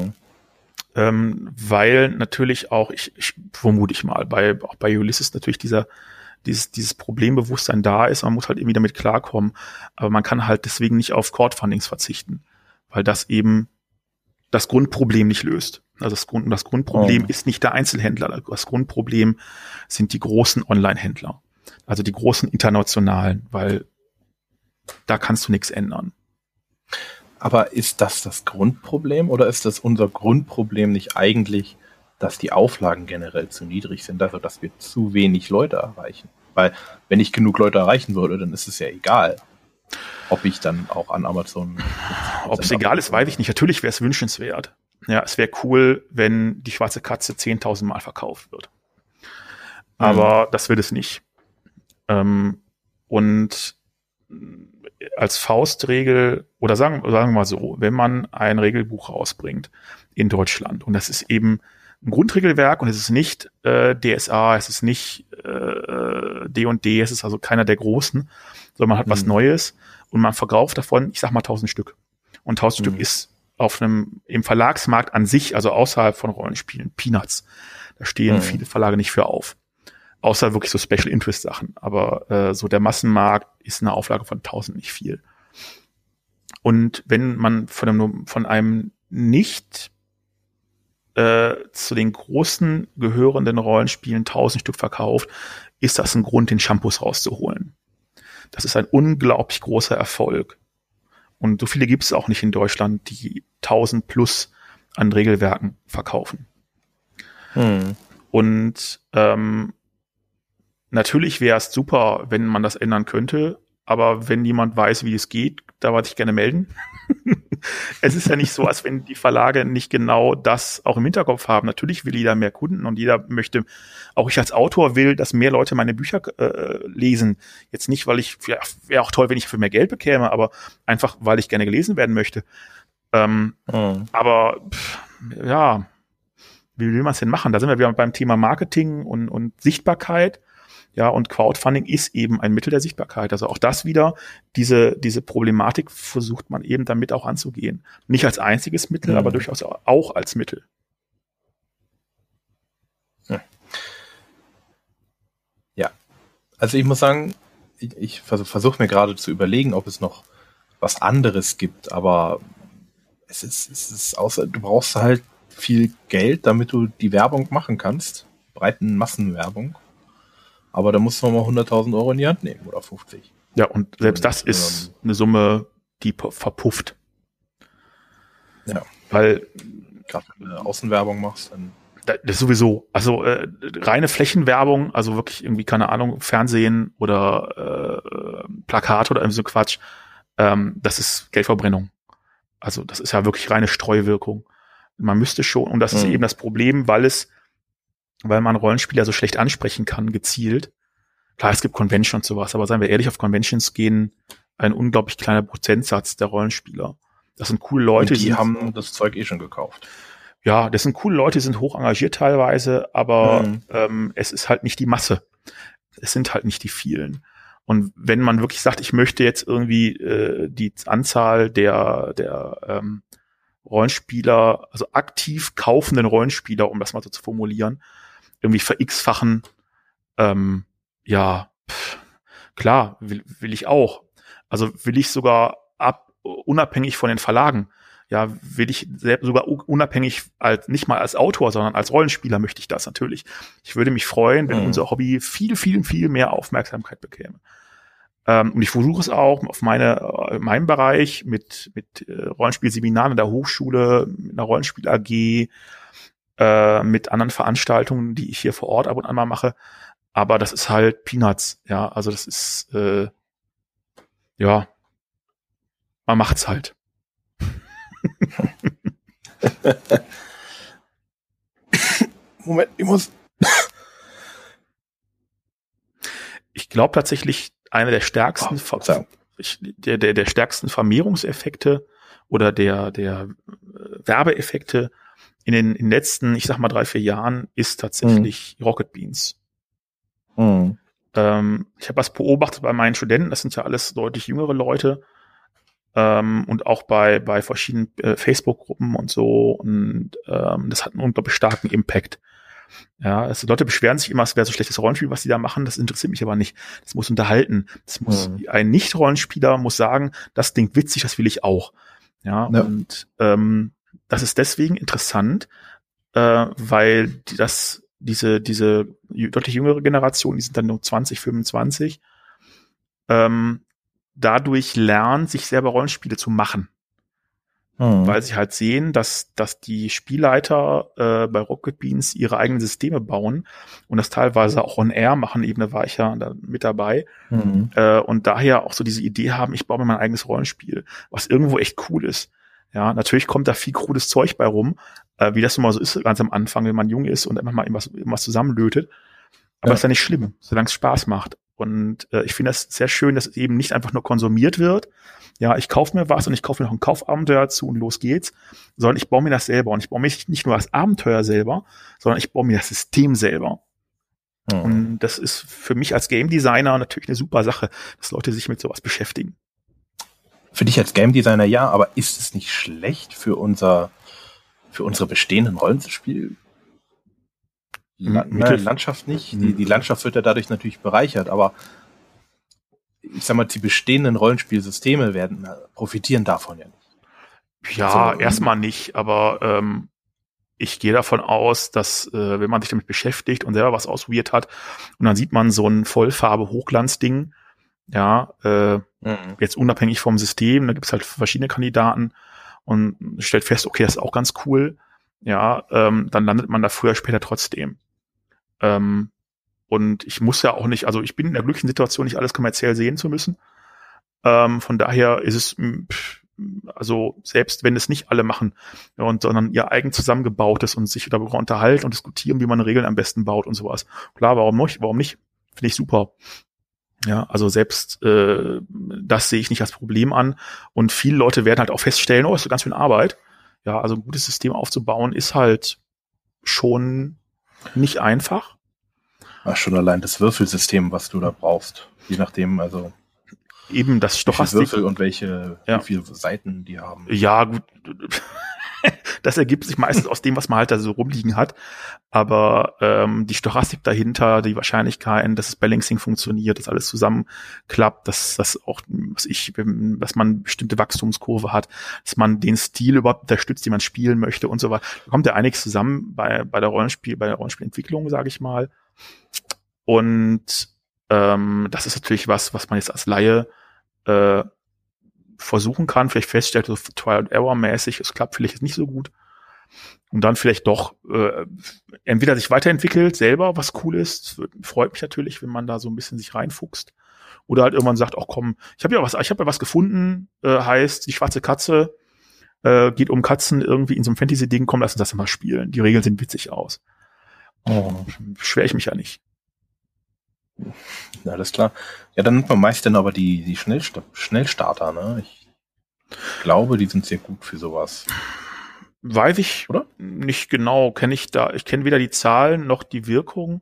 Weil natürlich auch, ich vermute ich mal, auch bei Ulysses natürlich dieses Problembewusstsein da ist, man muss halt irgendwie damit klarkommen, aber man kann halt deswegen nicht auf Crowdfundings verzichten, weil das eben das Grundproblem nicht löst. Also das Grundproblem ist nicht der Einzelhändler, das Grundproblem sind die großen Online-Händler, also die großen internationalen, weil da kannst du nichts ändern. Aber ist das Grundproblem oder ist das unser Grundproblem nicht eigentlich, dass die Auflagen generell zu niedrig sind, also dass wir zu wenig Leute erreichen? Weil wenn ich genug Leute erreichen würde, dann ist es ja egal, ob ich dann auch an Amazon... Ob es egal ist, weiß ich nicht. Natürlich wäre es wünschenswert. Ja, es wäre cool, wenn die schwarze Katze 10.000 Mal verkauft wird. Aber das wird es nicht. Und als Faustregel, oder sagen wir mal so, wenn man ein Regelbuch rausbringt in Deutschland, und das ist eben ein Grundregelwerk und es ist nicht DSA, es ist nicht D&D, es ist also keiner der Großen, sondern man hat was Neues und man verkauft davon, ich sag mal 1.000 Stück. Und 1.000 Stück ist im Verlagsmarkt an sich, also außerhalb von Rollenspielen, Peanuts. Da stehen viele Verlage nicht für auf. Außer wirklich so Special Interest Sachen. Aber so der Massenmarkt ist eine Auflage von 1.000 nicht viel. Und wenn man von einem nicht zu den großen gehörenden Rollenspielen 1.000 Stück verkauft, ist das ein Grund, den Shampoos rauszuholen. Das ist ein unglaublich großer Erfolg. Und so viele gibt es auch nicht in Deutschland, die 1.000 plus an Regelwerken verkaufen. Und natürlich wäre es super, wenn man das ändern könnte, aber wenn jemand weiß, wie es geht, da würde ich gerne melden. Es ist ja nicht so, als wenn die Verlage nicht genau das auch im Hinterkopf haben. Natürlich will jeder mehr Kunden und jeder möchte, auch ich als Autor will, dass mehr Leute meine Bücher lesen. Jetzt nicht, weil wäre auch toll, wenn ich für mehr Geld bekäme, aber einfach, weil ich gerne gelesen werden möchte. Aber ja, wie will man es denn machen? Da sind wir wieder beim Thema Marketing und Sichtbarkeit. Ja, und Crowdfunding ist eben ein Mittel der Sichtbarkeit. Also auch das wieder, diese Problematik versucht man eben damit auch anzugehen. Nicht als einziges Mittel, aber durchaus auch als Mittel. Ja, also ich muss sagen, ich versuche mir gerade zu überlegen, ob es noch was anderes gibt, aber es ist außer, du brauchst halt viel Geld, damit du die Werbung machen kannst. Breiten Massenwerbung. Aber da musst du nochmal 100.000 Euro in die Hand nehmen oder 50. Ja, und selbst das ist eine Summe, die verpufft. Ja. Weil gerade wenn du Außenwerbung machst, dann das sowieso. Also reine Flächenwerbung, also wirklich irgendwie, keine Ahnung, Fernsehen oder Plakat oder irgendwie so Quatsch, das ist Geldverbrennung. Also das ist ja wirklich reine Streuwirkung. Man müsste schon, und das ist eben das Problem, weil man Rollenspieler so schlecht ansprechen kann, gezielt. Klar, es gibt Conventions und sowas, aber seien wir ehrlich, auf Conventions gehen ein unglaublich kleiner Prozentsatz der Rollenspieler. Das sind coole Leute. Und die haben das Zeug eh schon gekauft. Ja, das sind coole Leute, die sind hoch engagiert teilweise, aber es ist halt nicht die Masse. Es sind halt nicht die vielen. Und wenn man wirklich sagt, ich möchte jetzt irgendwie die Anzahl der Rollenspieler, also aktiv kaufenden Rollenspieler, um das mal so zu formulieren, irgendwie ver-x-fachen, Klar, will ich auch. Also will ich sogar unabhängig von den Verlagen. Ja, will ich sogar unabhängig nicht mal als Autor, sondern als Rollenspieler möchte ich das natürlich. Ich würde mich freuen, wenn unser Hobby viel, viel, viel mehr Aufmerksamkeit bekäme. Und ich versuche es auch auf meinem Bereich mit Rollenspielseminaren in der Hochschule, mit einer Rollenspiel AG, mit anderen Veranstaltungen, die ich hier vor Ort ab und an mal mache. Aber das ist halt Peanuts, ja. Also das ist, ja, man macht's halt. Moment, ich muss. Ich glaube tatsächlich, einer der stärksten, der stärksten Vermehrungseffekte oder der Werbeeffekte in den letzten, ich sag mal 3-4 Jahren ist tatsächlich Rocket Beans. Ich habe was beobachtet bei meinen Studenten, das sind ja alles deutlich jüngere Leute, und auch bei verschiedenen Facebook-Gruppen und so, und das hat einen unglaublich starken Impact. Ja, also Leute beschweren sich immer, es wäre so schlechtes Rollenspiel, was die da machen. Das interessiert mich aber nicht. Das muss unterhalten. Das muss ein Nicht-Rollenspieler muss sagen, das klingt witzig, das will ich auch. Ja. Und das ist deswegen interessant, weil diese deutlich jüngere Generation, die sind dann nur 20, 25, dadurch lernt, sich selber Rollenspiele zu machen. Weil sie halt sehen, dass die Spielleiter bei Rocket Beans ihre eigenen Systeme bauen und das teilweise auch on air machen, Ebene war ich ja da mit dabei, und daher auch so diese Idee haben, ich baue mir mein eigenes Rollenspiel, was irgendwo echt cool ist. Ja, natürlich kommt da viel cooles Zeug bei rum, wie das nun mal so ist ganz am Anfang, wenn man jung ist und einfach mal irgendwas zusammenlötet. Aber ist ja nicht schlimm, solange es Spaß macht. Und ich finde das sehr schön, dass es eben nicht einfach nur konsumiert wird. Ja, ich kaufe mir was und ich kaufe mir noch ein Kaufabenteuer dazu und los geht's, sondern ich baue mir das selber. Und ich baue mir nicht nur das Abenteuer selber, sondern ich baue mir das System selber. Und das ist für mich als Game Designer natürlich eine super Sache, dass Leute sich mit sowas beschäftigen. Für dich als Game Designer ja, aber ist es nicht schlecht für unsere bestehenden Rollenspiel? Landschaft nicht. Die Landschaft wird ja dadurch natürlich bereichert, aber ich sag mal, die bestehenden Rollenspielsysteme profitieren davon ja nicht. Ja, also, erstmal nicht, aber ich gehe davon aus, dass wenn man sich damit beschäftigt und selber was ausprobiert hat und dann sieht man so ein Vollfarbe-Hochglanzding, ja, jetzt unabhängig vom System, da gibt's halt verschiedene Kandidaten und stellt fest, okay, das ist auch ganz cool, ja, dann landet man da früher oder später trotzdem. Und ich muss ja auch nicht, also ich bin in der glücklichen Situation, nicht alles kommerziell sehen zu müssen. Von daher ist es, also selbst wenn es nicht alle machen, ja, sondern ihr eigen zusammengebautes und sich darüber unterhalten und diskutieren, wie man Regeln am besten baut und sowas. Klar, warum nicht? Finde ich super. Ja, also selbst das sehe ich nicht als Problem an. Und viele Leute werden halt auch feststellen, ist so ganz viel Arbeit. Ja, also ein gutes System aufzubauen ist halt schon nicht einfach. Ach, schon allein das Würfelsystem, was du da brauchst. Je nachdem, also eben das Stochastik. Würfel und wie viele Seiten die haben. Ja, gut. Das ergibt sich meistens aus dem, was man halt da so rumliegen hat. Aber die Stochastik dahinter, die Wahrscheinlichkeiten, dass das Balancing funktioniert, dass alles zusammenklappt, dass man eine bestimmte Wachstumskurve hat, dass man den Stil überhaupt unterstützt, den man spielen möchte und so weiter. Da kommt ja einiges zusammen bei der Rollenspielentwicklung, sage ich mal. Und das ist natürlich was man jetzt als Laie versuchen kann, vielleicht feststellt, so Trial-and-Error-mäßig, es klappt vielleicht nicht so gut. Und dann vielleicht doch entweder sich weiterentwickelt, selber, was cool ist, freut mich natürlich, wenn man da so ein bisschen sich reinfuchst. Oder halt irgendwann sagt, ach komm, ich habe ja was gefunden, heißt, die schwarze Katze geht um Katzen irgendwie in so einem Fantasy-Ding, komm, lass uns das mal spielen. Die Regeln sehen witzig aus. Beschwere ich mich ja nicht. Ja, alles klar. Ja, dann nimmt man meist dann aber die Schnellstarter, ne? Ich glaube, die sind sehr gut für sowas. Weiß ich oder? Nicht genau. Ich kenne weder die Zahlen noch die Wirkung.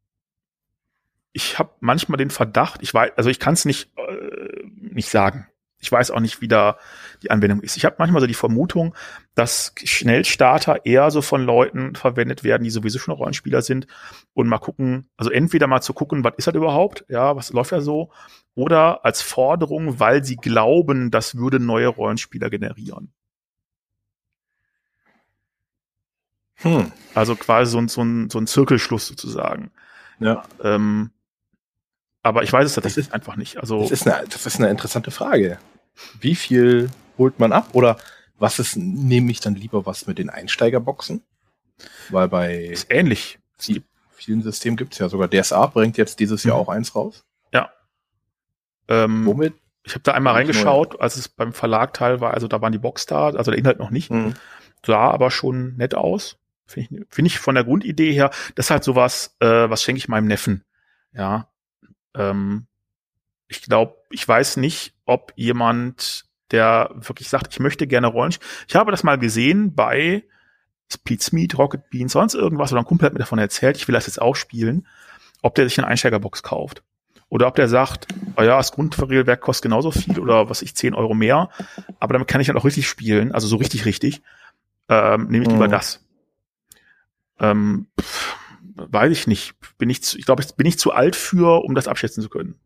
Ich habe manchmal den Verdacht, ich kann es nicht sagen. Ich weiß auch nicht, wie da die Anwendung ist. Ich habe manchmal so die Vermutung, dass Schnellstarter eher so von Leuten verwendet werden, die sowieso schon Rollenspieler sind und mal gucken, also entweder mal zu gucken, was ist das überhaupt, ja, was läuft da so, oder als Forderung, weil sie glauben, das würde neue Rollenspieler generieren. Also quasi so ein Zirkelschluss sozusagen. Ja. Aber ich weiß es tatsächlich einfach nicht. Also das ist eine interessante Frage. Wie viel holt man ab? Oder nehme ich dann lieber was mit den Einsteigerboxen? Weil bei ist ähnlich. vielen Systemen gibt es ja sogar. DSA bringt jetzt dieses Jahr auch eins raus. Ja. Womit? Ich habe da einmal reingeschaut, als es beim Verlag Teil war. Also da waren die Box da, also der Inhalt noch nicht. Sah aber schon nett aus. Finde ich von der Grundidee her. Das ist halt sowas, was schenke ich meinem Neffen. Ja. Ich glaube, ich weiß nicht, ob jemand, der wirklich sagt, ich möchte gerne Rollenspiel. Ich habe das mal gesehen bei Pete's Meat, Rocket Beans, sonst irgendwas, oder ein Kumpel hat mir davon erzählt, ich will das jetzt auch spielen, ob der sich eine Einsteigerbox kauft. Oder ob der sagt, oh ja, das Grundregelwerk kostet genauso viel oder 10 Euro mehr, aber damit kann ich dann auch richtig spielen, also so richtig, nehme ich lieber das. Weiß ich nicht. Ich glaube, bin ich zu alt für, um das abschätzen zu können.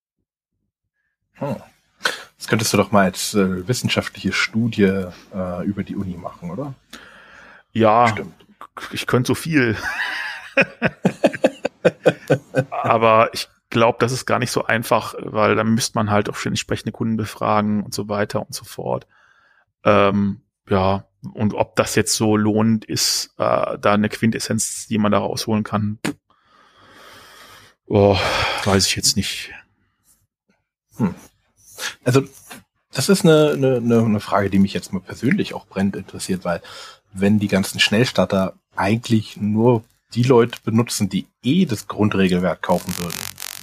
Das könntest du doch mal als wissenschaftliche Studie über die Uni machen, oder? Ja, stimmt. Ich könnte so viel. Aber ich glaube, das ist gar nicht so einfach, weil dann müsste man halt auch schon entsprechende Kunden befragen und so weiter und so fort. Ja, und ob das jetzt so lohnend ist, da eine Quintessenz, die man da rausholen kann, weiß ich jetzt nicht. Also das ist eine Frage, die mich jetzt mal persönlich auch brennend interessiert, weil wenn die ganzen Schnellstarter eigentlich nur die Leute benutzen, die das Grundregelwerk kaufen würden,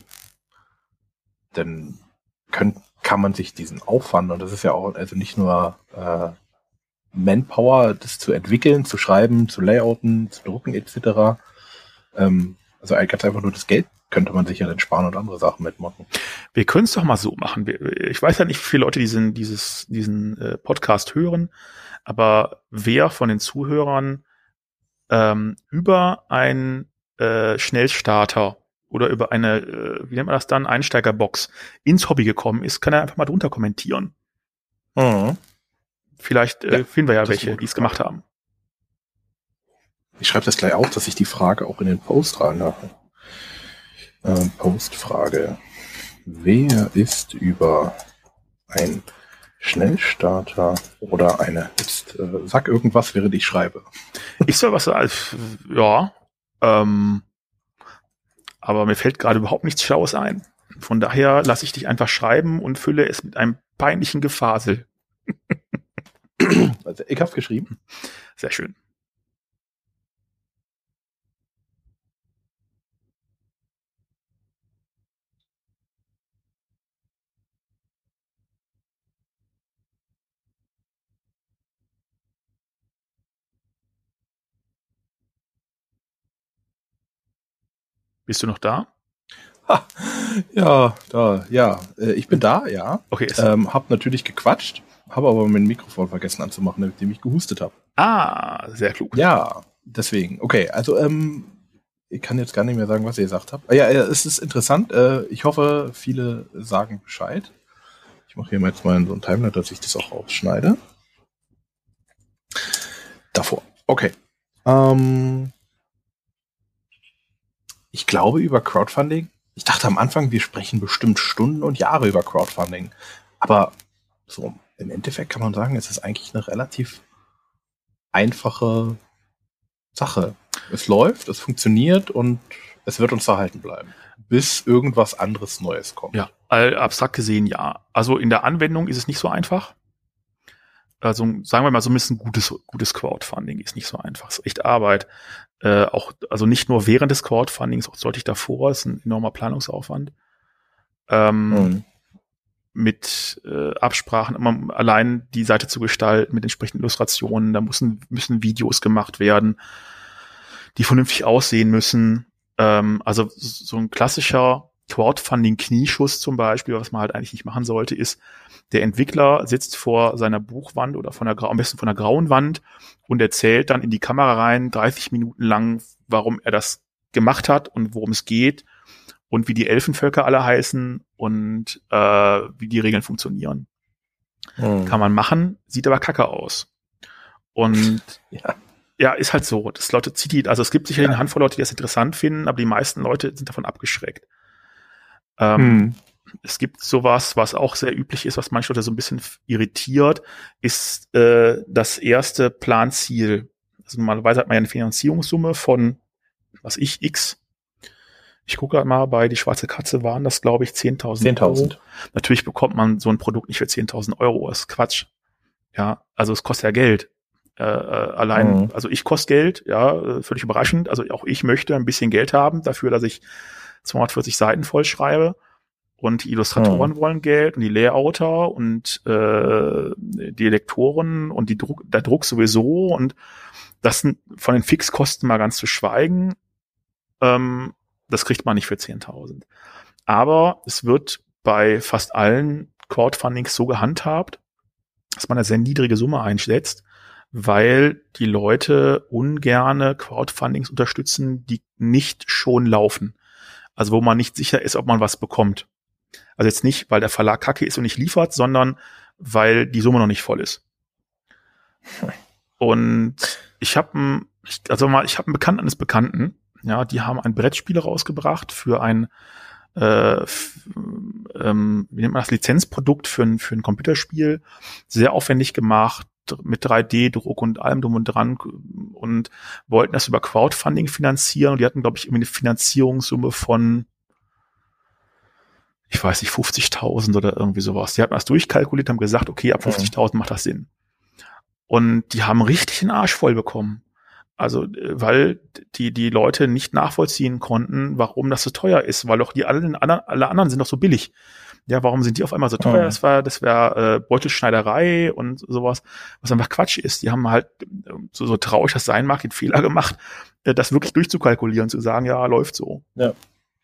dann kann man sich diesen Aufwand, und das ist ja auch also nicht nur Manpower, das zu entwickeln, zu schreiben, zu layouten, zu drucken etc. Also ganz einfach nur das Geld könnte man sich ja dann sparen und andere Sachen mitmachen. Wir können es doch mal so machen. Ich weiß ja nicht, wie viele Leute diesen Podcast hören, aber wer von den Zuhörern über einen Schnellstarter oder über eine, wie nennt man das dann, Einsteigerbox ins Hobby gekommen ist, kann er einfach mal drunter kommentieren. Vielleicht finden wir ja welche, die es gemacht haben. Ich schreibe das gleich auf, dass ich die Frage auch in den Post reinmache. Postfrage. Wer ist über ein Schnellstarter oder jetzt sag irgendwas, während ich schreibe. Ich soll was sagen, ja. Aber mir fällt gerade überhaupt nichts Schlaues ein. Von daher lasse ich dich einfach schreiben und fülle es mit einem peinlichen Gefasel. Also ich hab's geschrieben. Sehr schön. Bist du noch da? Ich bin da, ja. Okay. Hab natürlich gequatscht, habe aber mein Mikrofon vergessen anzumachen, nachdem ich gehustet habe. Ah, sehr klug. Ja, deswegen. Okay, also ich kann jetzt gar nicht mehr sagen, was ihr gesagt habt. Ja, es ist interessant. Ich hoffe, viele sagen Bescheid. Ich mache hier jetzt mal so ein Timeline, dass ich das auch rausschneide. Davor. Okay. Ich glaube über Crowdfunding. Ich dachte am Anfang, wir sprechen bestimmt Stunden und Jahre über Crowdfunding. Aber so im Endeffekt kann man sagen, es ist eigentlich eine relativ einfache Sache. Es läuft, es funktioniert und es wird uns erhalten bleiben, bis irgendwas anderes Neues kommt. Ja, abstrakt gesehen ja. Also in der Anwendung ist es nicht so einfach. Also sagen wir mal so ein bisschen gutes Crowdfunding ist nicht so einfach. Es ist echt Arbeit. Also nicht nur während des Crowdfundings, auch deutlich davor, ist ein enormer Planungsaufwand. Mit Absprachen, allein die Seite zu gestalten, mit entsprechenden Illustrationen, da müssen Videos gemacht werden, die vernünftig aussehen müssen. Also so ein klassischer Crowdfunding-Knieschuss zum Beispiel, was man halt eigentlich nicht machen sollte, ist, der Entwickler sitzt vor seiner Buchwand oder am besten von einer grauen Wand und erzählt dann in die Kamera rein 30 Minuten lang, warum er das gemacht hat und worum es geht und wie die Elfenvölker alle heißen und wie die Regeln funktionieren. Kann man machen, sieht aber kacke aus. Und ja, ist halt so. Das Leute zieht also es gibt sicherlich eine Handvoll Leute, die das interessant finden, aber die meisten Leute sind davon abgeschreckt. Es gibt sowas, was auch sehr üblich ist, was manche Leute so ein bisschen irritiert, ist das erste Planziel. Also normalerweise hat man ja eine Finanzierungssumme von, X. Ich gucke halt mal, bei Die Schwarze Katze waren das, glaube ich, 10.000 Euro. Natürlich bekommt man so ein Produkt nicht für 10.000 Euro. Das ist Quatsch. Ja, also es kostet ja Geld. Allein, also ich koste Geld, ja, völlig überraschend. Also auch ich möchte ein bisschen Geld haben dafür, dass ich 240 Seiten vollschreibe. Und die Illustratoren wollen Geld und die Layouter und die Lektoren und der Druck sowieso. Und das sind von den Fixkosten mal ganz zu schweigen. Das kriegt man nicht für 10.000. Aber es wird bei fast allen Crowdfundings so gehandhabt, dass man eine sehr niedrige Summe einsetzt, weil die Leute ungerne Crowdfundings unterstützen, die nicht schon laufen. Also wo man nicht sicher ist, ob man was bekommt. Also jetzt nicht, weil der Verlag kacke ist und nicht liefert, sondern weil die Summe noch nicht voll ist. Und ich habe einen Bekannten eines Bekannten, ja, die haben ein Brettspiel rausgebracht für ein wie nennt man das, Lizenzprodukt für ein Computerspiel, sehr aufwendig gemacht, mit 3D-Druck und allem drum und dran und wollten das über Crowdfunding finanzieren und die hatten, glaube ich, irgendwie eine Finanzierungssumme von, ich weiß nicht, 50.000 oder irgendwie sowas. Die hatten das durchkalkuliert, haben gesagt, okay, ab 50.000 macht das Sinn. Und die haben richtig den Arsch voll bekommen. Also, weil die Leute nicht nachvollziehen konnten, warum das so teuer ist, weil doch alle anderen sind doch so billig. Ja, warum sind die auf einmal so teuer? Das wäre Beutelschneiderei und sowas, was einfach Quatsch ist. Die haben halt, so traurig das sein mag, den Fehler gemacht, das wirklich durchzukalkulieren, zu sagen, ja, läuft so. Ja.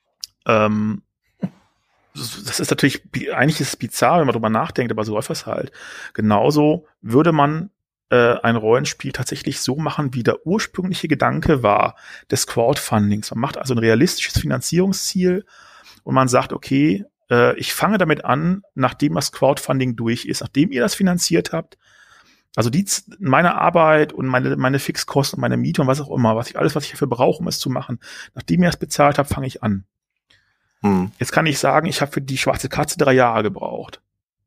Das ist natürlich, eigentlich ist es bizarr, wenn man drüber nachdenkt, aber so läuft das halt. Genauso würde man ein Rollenspiel tatsächlich so machen, wie der ursprüngliche Gedanke war des Crowdfundings. Man macht also ein realistisches Finanzierungsziel und man sagt, okay, ich fange damit an, nachdem das Crowdfunding durch ist, nachdem ihr das finanziert habt. Also meine Arbeit und meine Fixkosten und meine Miete und was auch immer, was ich dafür brauche, um es zu machen, nachdem ihr das bezahlt habt, fange ich an. Jetzt kann ich sagen, ich habe für Die Schwarze Katze 3 Jahre gebraucht.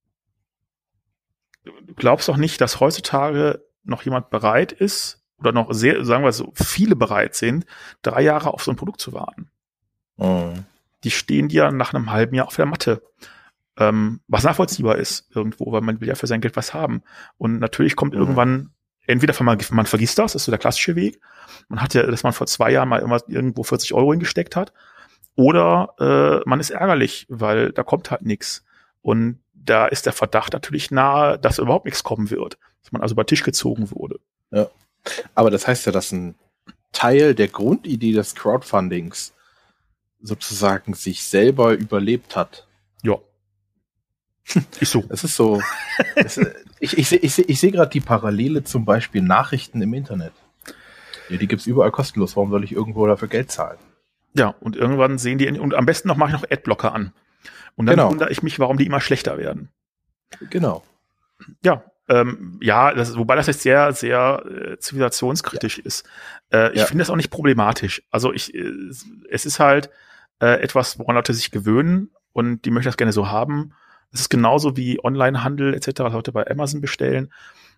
Du glaubst doch nicht, dass heutzutage noch jemand bereit ist oder noch sehr, sagen wir so, viele bereit sind, 3 Jahre auf so ein Produkt zu warten. Die stehen dir nach einem halben Jahr auf der Matte. Was nachvollziehbar ist irgendwo, weil man will ja für sein Geld was haben. Und natürlich kommt irgendwann, entweder man vergisst das ist so der klassische Weg. Man hat ja, dass man vor 2 Jahren mal irgendwo 40 Euro hingesteckt hat. Oder man ist ärgerlich, weil da kommt halt nichts. Und da ist der Verdacht natürlich nahe, dass überhaupt nichts kommen wird. Dass man also über den Tisch gezogen wurde. Ja. Aber das heißt ja, dass ein Teil der Grundidee des Crowdfundings sozusagen sich selber überlebt hat. Ja. Ist so. Es ist so. Ich sehe gerade die Parallele zum Beispiel Nachrichten im Internet. Ja, die gibt's überall kostenlos. Warum soll ich irgendwo dafür Geld zahlen? Ja, und irgendwann sehen die, und am besten mache ich noch Adblocker an. Und dann wundere ich mich, warum die immer schlechter werden. Genau. Ja, wobei das jetzt sehr, sehr zivilisationskritisch ist. Ich finde das auch nicht problematisch. Also es ist halt etwas, woran Leute sich gewöhnen und die möchten das gerne so haben. Es ist genauso wie Onlinehandel etc., heute bei Amazon bestellen.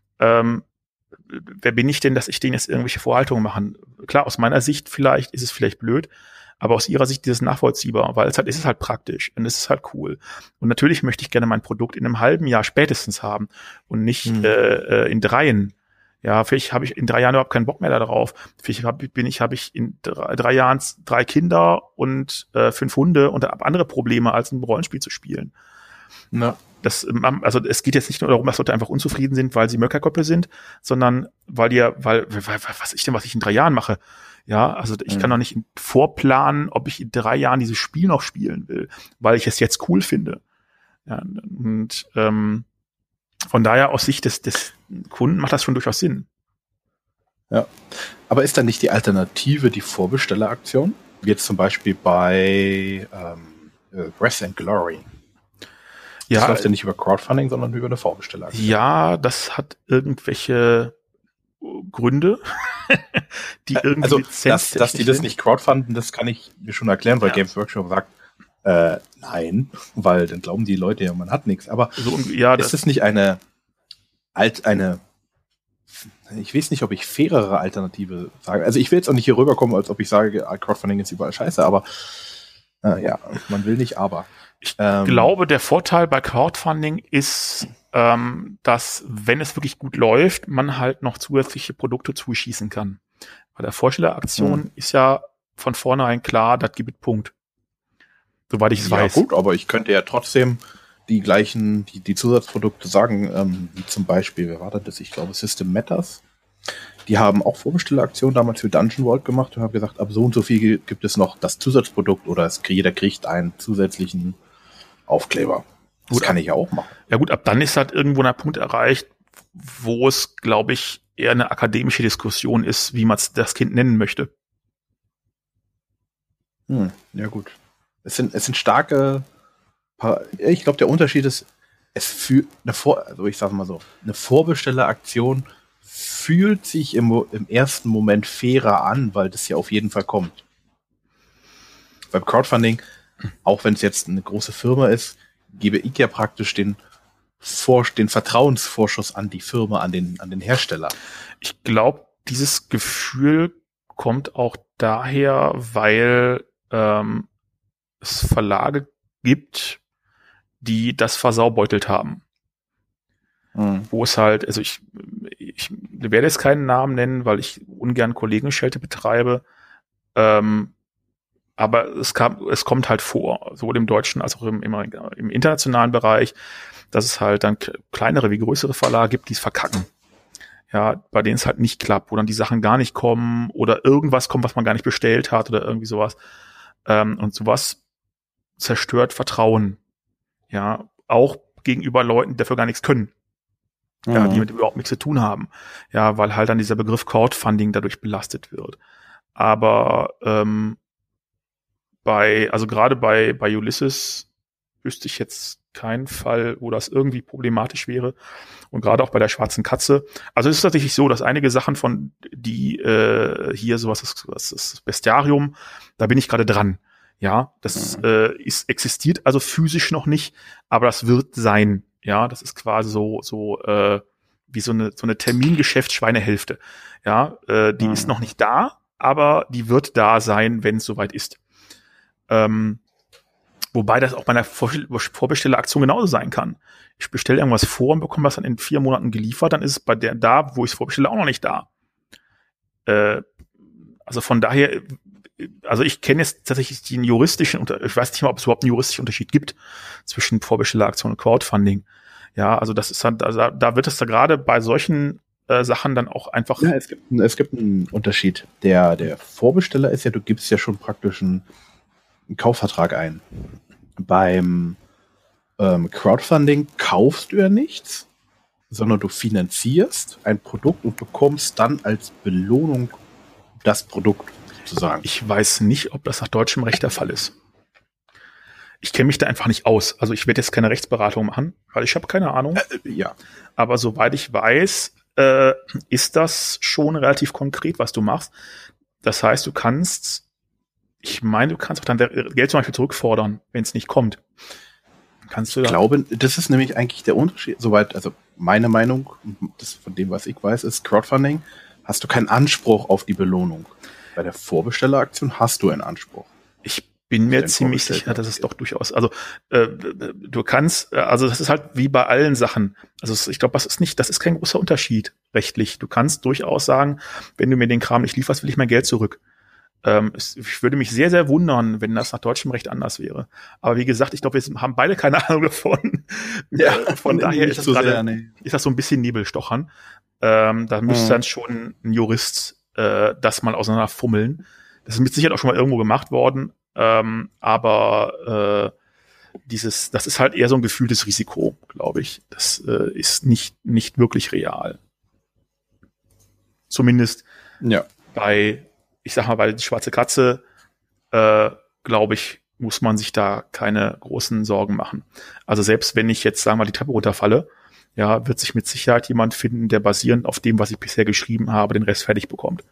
Wer bin ich denn, dass ich denen jetzt irgendwelche Vorhaltungen machen? Klar, aus meiner Sicht ist es vielleicht blöd, aber aus ihrer Sicht ist es nachvollziehbar, weil es ist halt praktisch und es ist halt cool. Und natürlich möchte ich gerne mein Produkt in einem halben Jahr spätestens haben und nicht in 3. Ja, vielleicht habe ich in 3 Jahren überhaupt keinen Bock mehr darauf. Vielleicht habe ich in 3 Jahren 3 Kinder und 5 Hunde und habe andere Probleme, als ein Rollenspiel zu spielen. Na. Also es geht jetzt nicht nur darum, dass Leute einfach unzufrieden sind, weil sie Möckerköppe sind, sondern was ich in 3 Jahren mache. Ja, also ich kann doch nicht vorplanen, ob ich in 3 Jahren dieses Spiel noch spielen will, weil ich es jetzt cool finde. Ja, und von daher aus Sicht des Kunden macht das schon durchaus Sinn. Ja, aber ist dann nicht die Alternative die Vorbestelleraktion? Wie jetzt zum Beispiel bei Breath and Glory. Das läuft ja nicht über Crowdfunding, sondern über eine Vorbesteller-Aktion. Ja, das hat irgendwelche Gründe, die irgendwie dass die das nicht crowdfunden, das kann ich mir schon erklären, weil Games Workshop sagt, nein, weil dann glauben die Leute ja, man hat nichts. Aber ist es nicht eine, ich weiß nicht, ob ich fairere Alternative sage. Also ich will jetzt auch nicht hier rüberkommen, als ob ich sage, Crowdfunding ist überall scheiße, aber man will nicht, aber. Ich glaube, der Vorteil bei Crowdfunding ist, dass, wenn es wirklich gut läuft, man halt noch zusätzliche Produkte zuschießen kann. Bei der Vorstelleraktion ist ja von vornherein klar, das gibt Punkt. Soweit ich es weiß. Ja gut, aber ich könnte ja trotzdem die gleichen, die Zusatzprodukte sagen, wie zum Beispiel, wer war das? Ich glaube System Matters. Die haben auch Vorbestelleraktionen damals für Dungeon World gemacht und haben gesagt, ab so und so viel gibt es noch das Zusatzprodukt oder jeder kriegt einen zusätzlichen Aufkleber. Das kann ich ja auch machen. Ja gut, ab dann ist halt irgendwo ein Punkt erreicht, wo es, glaube ich, eher eine akademische Diskussion ist, wie man das Kind nennen möchte. Ja gut. Es sind starke, ich glaube, der Unterschied ist, eine Vorbestelleraktion fühlt sich im ersten Moment fairer an, weil das ja auf jeden Fall kommt. Beim Crowdfunding, auch wenn es jetzt eine große Firma ist, gebe ich ja praktisch den Vertrauensvorschuss an die Firma, an den Hersteller. Ich glaube, dieses Gefühl kommt auch daher, weil es Verlage gibt, die das versaubeutelt haben. Wo es halt, also ich werde jetzt keinen Namen nennen, weil ich ungern Kollegenschelte betreibe, aber es kommt halt vor, sowohl im deutschen als auch im internationalen Bereich, dass es halt dann kleinere wie größere Verlage gibt, die es verkacken. Ja, bei denen es halt nicht klappt, wo dann die Sachen gar nicht kommen oder irgendwas kommt, was man gar nicht bestellt hat oder irgendwie sowas. Und sowas zerstört Vertrauen. Ja, auch gegenüber Leuten, die dafür gar nichts können. Ja, die mit überhaupt nichts zu tun haben. Ja, weil halt dann dieser Begriff Crowdfunding dadurch belastet wird. Aber gerade bei Ulysses wüsste ich jetzt keinen Fall, wo das irgendwie problematisch wäre. Und gerade auch bei der Schwarzen Katze. Also es ist tatsächlich so, dass einige Sachen von die hier sowas ist, was ist Bestiarium, da bin ich gerade dran. Ja, das existiert also physisch noch nicht, aber das wird sein. Ja, das ist quasi so wie so eine Termingeschäft-Schweinehälfte. Ja, die ist noch nicht da, aber die wird da sein, wenn es soweit ist. Wobei das auch bei einer Vorbestelleraktion genauso sein kann. Ich bestelle irgendwas vor und bekomme das dann in 4 Monaten geliefert, dann ist es bei da, wo ich es vorbestelle, auch noch nicht da. Also von daher, also ich kenne jetzt tatsächlich den juristischen, ich weiß nicht mal, ob es überhaupt einen juristischen Unterschied gibt zwischen Vorbestelleraktion und Crowdfunding. Ja, also das ist halt, also da wird es da gerade bei solchen Sachen dann auch einfach. Ja, es gibt einen Unterschied. Der Vorbesteller ist ja, du gibst ja schon praktisch einen Kaufvertrag ein. Beim Crowdfunding kaufst du ja nichts, sondern du finanzierst ein Produkt und bekommst dann als Belohnung das Produkt sozusagen. Ich weiß nicht, ob das nach deutschem Recht der Fall ist. Ich kenne mich da einfach nicht aus. Also ich werde jetzt keine Rechtsberatung machen, weil ich habe keine Ahnung. Ja. Aber soweit ich weiß, ist das schon relativ konkret, was du machst. Das heißt, du kannst auch dann Geld zum Beispiel zurückfordern, wenn es nicht kommt. Ich glaube, das ist nämlich eigentlich der Unterschied. Soweit, also meine Meinung, das von dem, was ich weiß, ist Crowdfunding, hast du keinen Anspruch auf die Belohnung. Bei der Vorbestelleraktion hast du einen Anspruch. Ich bin mir ziemlich sicher, dass es doch durchaus, also du kannst, also das ist halt wie bei allen Sachen. Also ich glaube, das ist kein großer Unterschied rechtlich. Du kannst durchaus sagen, wenn du mir den Kram nicht lieferst, will ich mein Geld zurück. Ich würde mich sehr, sehr wundern, wenn das nach deutschem Recht anders wäre. Aber wie gesagt, ich glaube, wir haben beide keine Ahnung davon. Ja, von daher ist das, so ist das so ein bisschen Nebelstochern. Da müsste dann schon ein Jurist das mal auseinanderfummeln. Das ist mit Sicherheit auch schon mal irgendwo gemacht worden. Aber das ist halt eher so ein gefühltes Risiko, glaube ich. Das ist nicht wirklich real. Zumindest bei die schwarze Katze, glaube ich, muss man sich da keine großen Sorgen machen. Also selbst wenn ich jetzt, sagen wir mal, die Treppe runterfalle, ja, wird sich mit Sicherheit jemand finden, der basierend auf dem, was ich bisher geschrieben habe, den Rest fertig bekommt.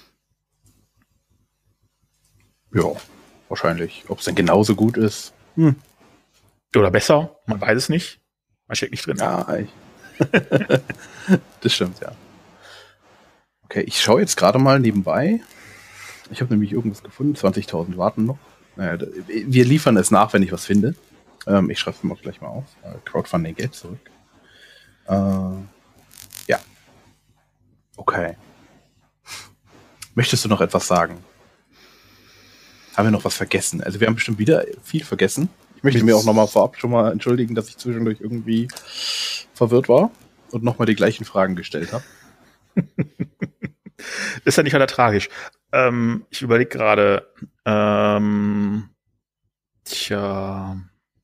Ja, wahrscheinlich. Ob es denn genauso gut ist. Oder besser, man weiß es nicht. Man steckt nicht drin. Ja, das stimmt, ja. Okay, ich schaue jetzt gerade mal nebenbei. Ich habe nämlich irgendwas gefunden. 20.000 warten noch. Naja, wir liefern es nach, wenn ich was finde. Ich schreibe es mir auch gleich mal auf. Crowdfunding Geld zurück. Ja. Okay. Möchtest du noch etwas sagen? Haben wir noch was vergessen? Also wir haben bestimmt wieder viel vergessen. Ich möchte mir auch nochmal vorab schon mal entschuldigen, dass ich zwischendurch irgendwie verwirrt war und nochmal die gleichen Fragen gestellt habe. Ist ja nicht weiter tragisch. Ich überlege gerade, Tja,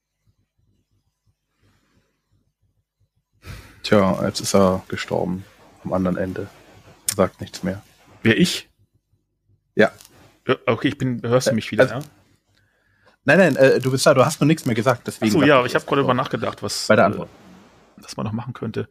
jetzt ist er gestorben. Am anderen Ende. Er sagt nichts mehr. Wer, ich? Ja. Okay, hörst du mich wieder, ja? Nein, du bist da, du hast noch nichts mehr gesagt. Deswegen Achso, ja, ich habe gerade darüber nachgedacht, was bei der Antwort. Was man noch machen könnte.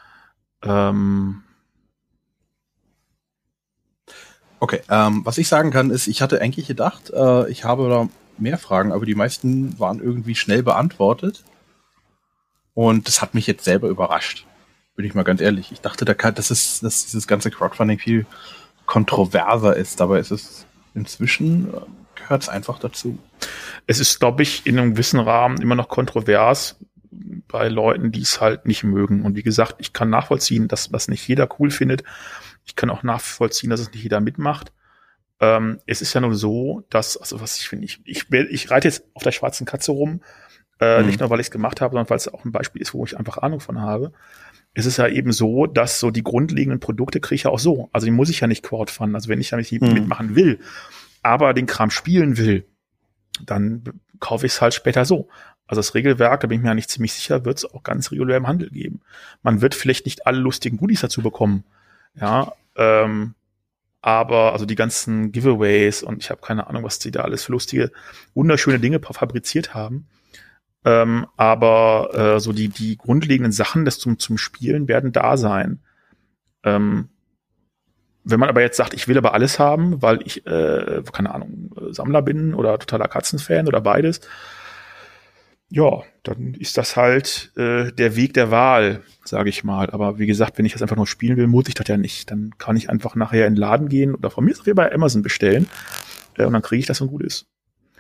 Okay, was ich sagen kann, ist, ich hatte eigentlich gedacht, ich habe da mehr Fragen, aber die meisten waren irgendwie schnell beantwortet. Und das hat mich jetzt selber überrascht. Bin ich mal ganz ehrlich. Ich dachte, dass dieses ganze Crowdfunding viel kontroverser ist. Dabei ist es inzwischen, gehört es einfach dazu. Es ist, glaube ich, in einem gewissen Rahmen immer noch kontrovers bei Leuten, die es halt nicht mögen. Und wie gesagt, ich kann nachvollziehen, dass was nicht jeder cool findet. Ich kann auch nachvollziehen, dass es nicht jeder mitmacht. Es ist ja nur so, dass, also was ich finde, ich reite jetzt auf der schwarzen Katze rum, nicht nur, weil ich es gemacht habe, sondern weil es auch ein Beispiel ist, wo ich einfach Ahnung von habe. Es ist ja eben so, dass so die grundlegenden Produkte kriege ich ja auch so. Also die muss ich ja nicht crowdfunden. Also wenn ich ja nicht mitmachen will, aber den Kram spielen will, dann kaufe ich es halt später so. Also das Regelwerk, da bin ich mir ja nicht ziemlich sicher, wird es auch ganz regulär im Handel geben. Man wird vielleicht nicht alle lustigen Goodies dazu bekommen. Ja, aber also die ganzen Giveaways und ich habe keine Ahnung, was die da alles für lustige, wunderschöne Dinge fabriziert haben. Aber so die grundlegenden Sachen des zum Spielen werden da sein. Wenn man aber jetzt sagt, ich will aber alles haben, weil ich, keine Ahnung, Sammler bin oder totaler Katzenfan oder beides, ja, dann ist das halt der Weg der Wahl, sage ich mal. Aber wie gesagt, wenn ich das einfach nur spielen will, muss ich das ja nicht. Dann kann ich einfach nachher in den Laden gehen oder von mir ist auch bei Amazon bestellen und dann kriege ich das und gut ist.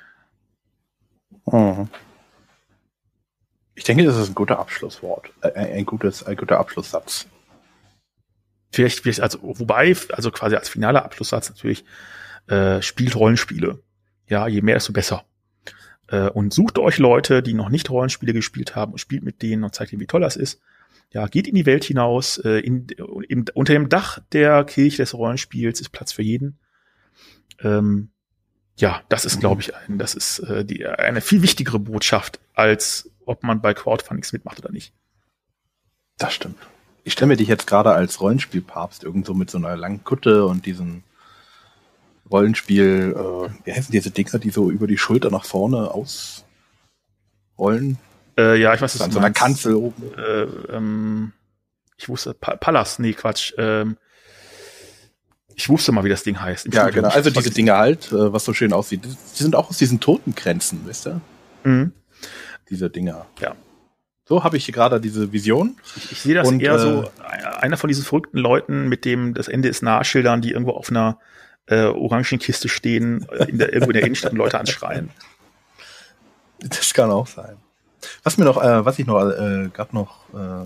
Ich denke, das ist ein guter Abschlusswort. Ein guter Abschlusssatz. Vielleicht, also, wobei, also quasi als finaler Abschlusssatz natürlich, spielt Rollenspiele. Ja, je mehr, desto besser. Und sucht euch Leute, die noch nicht Rollenspiele gespielt haben und spielt mit denen und zeigt ihnen, wie toll das ist. Ja, geht in die Welt hinaus. Unter dem Dach der Kirche des Rollenspiels ist Platz für jeden. Ja, das ist, glaube ich, eine viel wichtigere Botschaft, als ob man bei Crowdfundings mitmacht oder nicht. Das stimmt. Ich stelle mir dich jetzt gerade als Rollenspielpapst irgendwo mit so einer langen Kutte und diesen Rollenspiel, wie heißen diese Dinger, die so über die Schulter nach vorne ausrollen? Ja, ich weiß, was an so einer Kanzel oben. Ich wusste, Pallas, nee, Quatsch. Ich wusste mal, wie das Ding heißt. Ja, genau. Also diese Dinger halt, was so schön aussieht. Die sind auch aus diesen Totenkränzen, wisst ihr? Mhm. Diese Dinger. Ja. So habe ich hier gerade diese Vision. Ich sehe das eher so, einer von diesen verrückten Leuten, mit dem das Ende ist Nahschildern, die irgendwo auf einer Orangenkiste stehen, irgendwo in der Innenstadt und Leute anschreien. Das kann auch sein. Was ich noch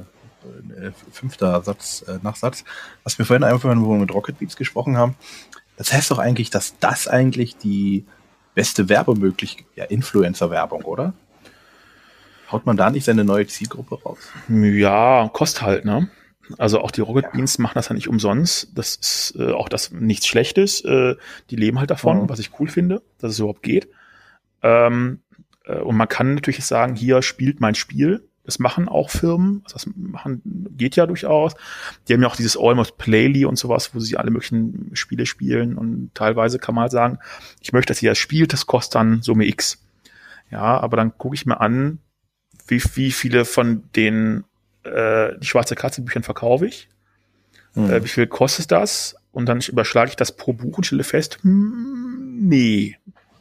fünfter Nachsatz, was mir vorhin einfach, wo wir mit Rocket Beats gesprochen haben, Das heißt doch eigentlich, dass das eigentlich die beste Werbemöglichkeit, ja, Influencer-Werbung, oder? Haut man da nicht seine neue Zielgruppe raus? Ja, kostet halt, ne? Also auch die Rocket Beans machen das ja nicht umsonst. Das ist auch das nichts Schlechtes. Die leben halt davon, was ich cool finde, dass es überhaupt geht. Und man kann natürlich sagen, hier spielt mein Spiel. Das machen auch Firmen. Also das machen geht ja durchaus. Die haben ja auch dieses Almost Playly und sowas, wo sie alle möglichen Spiele spielen. Und teilweise kann man halt sagen, ich möchte, dass ihr das spielt, das kostet dann Summe X. Ja, aber dann gucke ich mir an, wie viele von den die schwarze Katze Büchern verkaufe ich. Wie viel kostet das? Und dann überschlage ich das pro Buch und stelle fest, nee.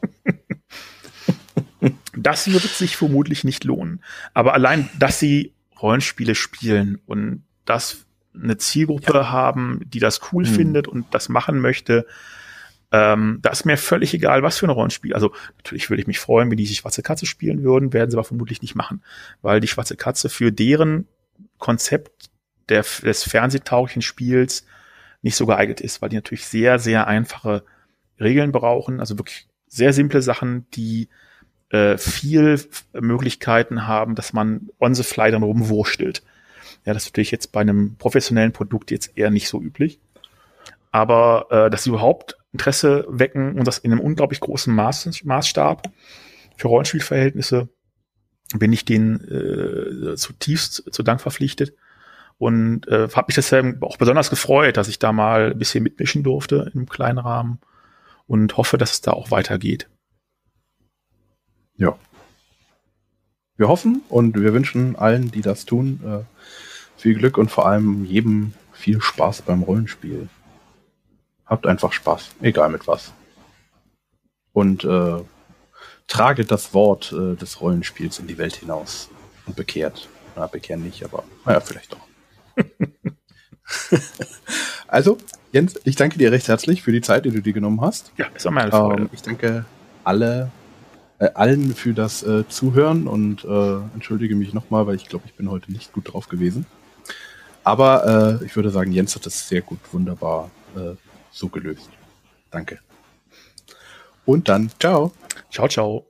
Das wird sich vermutlich nicht lohnen. Aber allein, dass sie Rollenspiele spielen und dass eine Zielgruppe haben, die das cool findet und das machen möchte, da ist mir völlig egal, was für ein Rollenspiel. Also natürlich würde ich mich freuen, wenn die schwarze Katze spielen würden, werden sie aber vermutlich nicht machen. Weil die schwarze Katze für deren Konzept des fernsehtauglichen Spiels nicht so geeignet ist, weil die natürlich sehr, sehr einfache Regeln brauchen, also wirklich sehr simple Sachen, die viel Möglichkeiten haben, dass man on the fly dann rumwurstelt. Ja, das ist natürlich jetzt bei einem professionellen Produkt jetzt eher nicht so üblich. Aber dass sie überhaupt Interesse wecken und das in einem unglaublich großen Maßstab für Rollenspielverhältnisse, bin ich denen zutiefst zu Dank verpflichtet. Und habe mich deshalb auch besonders gefreut, dass ich da mal ein bisschen mitmischen durfte in einem kleinen Rahmen und hoffe, dass es da auch weitergeht. Ja. Wir hoffen und wir wünschen allen, die das tun, viel Glück und vor allem jedem viel Spaß beim Rollenspiel. Habt einfach Spaß, egal mit was. Und trage das Wort des Rollenspiels in die Welt hinaus und bekehrt. Na, bekehren nicht, aber naja, vielleicht doch. Also, Jens, ich danke dir recht herzlich für die Zeit, die du dir genommen hast. Ja, ist auch meine Freude. Ich danke allen für das Zuhören und entschuldige mich nochmal, weil ich glaube, ich bin heute nicht gut drauf gewesen. Aber ich würde sagen, Jens hat das sehr gut, wunderbar so gelöst. Danke. Und dann, ciao. Ciao, ciao.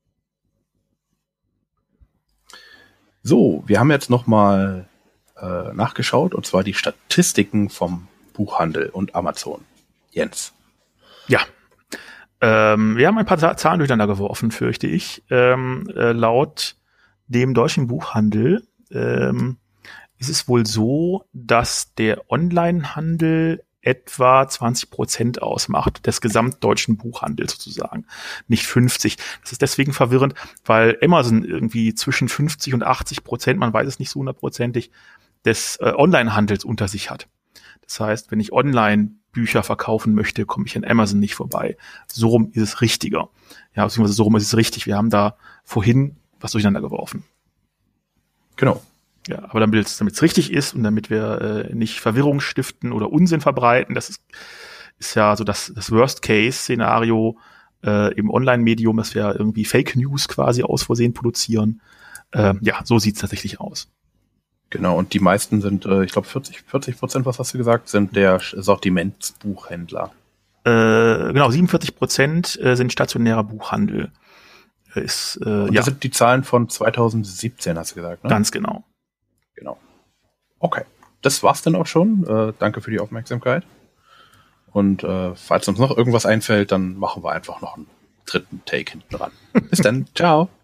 So, wir haben jetzt nochmal nachgeschaut, und zwar die Statistiken vom Buchhandel und Amazon. Jens. Ja. Wir haben ein paar Zahlen durcheinander geworfen, fürchte ich. Laut dem deutschen Buchhandel ist es wohl so, dass der Onlinehandel etwa 20% ausmacht, des gesamtdeutschen Buchhandels sozusagen, nicht 50. Das ist deswegen verwirrend, weil Amazon irgendwie zwischen 50 und 80%, man weiß es nicht so hundertprozentig, des Onlinehandels unter sich hat. Das heißt, wenn ich online Bücher verkaufen möchte, komme ich an Amazon nicht vorbei. So rum ist es richtiger. Ja, beziehungsweise so rum ist es richtig. Wir haben da vorhin was durcheinander geworfen. Genau. Ja, aber damit es richtig ist und damit wir nicht Verwirrung stiften oder Unsinn verbreiten, das ist ja so das Worst-Case-Szenario im Online-Medium, dass wir irgendwie Fake News quasi aus Versehen produzieren. Ja, so sieht's tatsächlich aus. Genau, und die meisten sind, ich glaube 40%, was hast du gesagt, sind der Sortimentsbuchhändler. Genau, 47% sind stationärer Buchhandel. Das sind die Zahlen von 2017, hast du gesagt, ne? Ganz genau. Genau. Okay, das war's dann auch schon. Danke für die Aufmerksamkeit. Und falls uns noch irgendwas einfällt, dann machen wir einfach noch einen dritten Take hinten dran. Bis dann, ciao.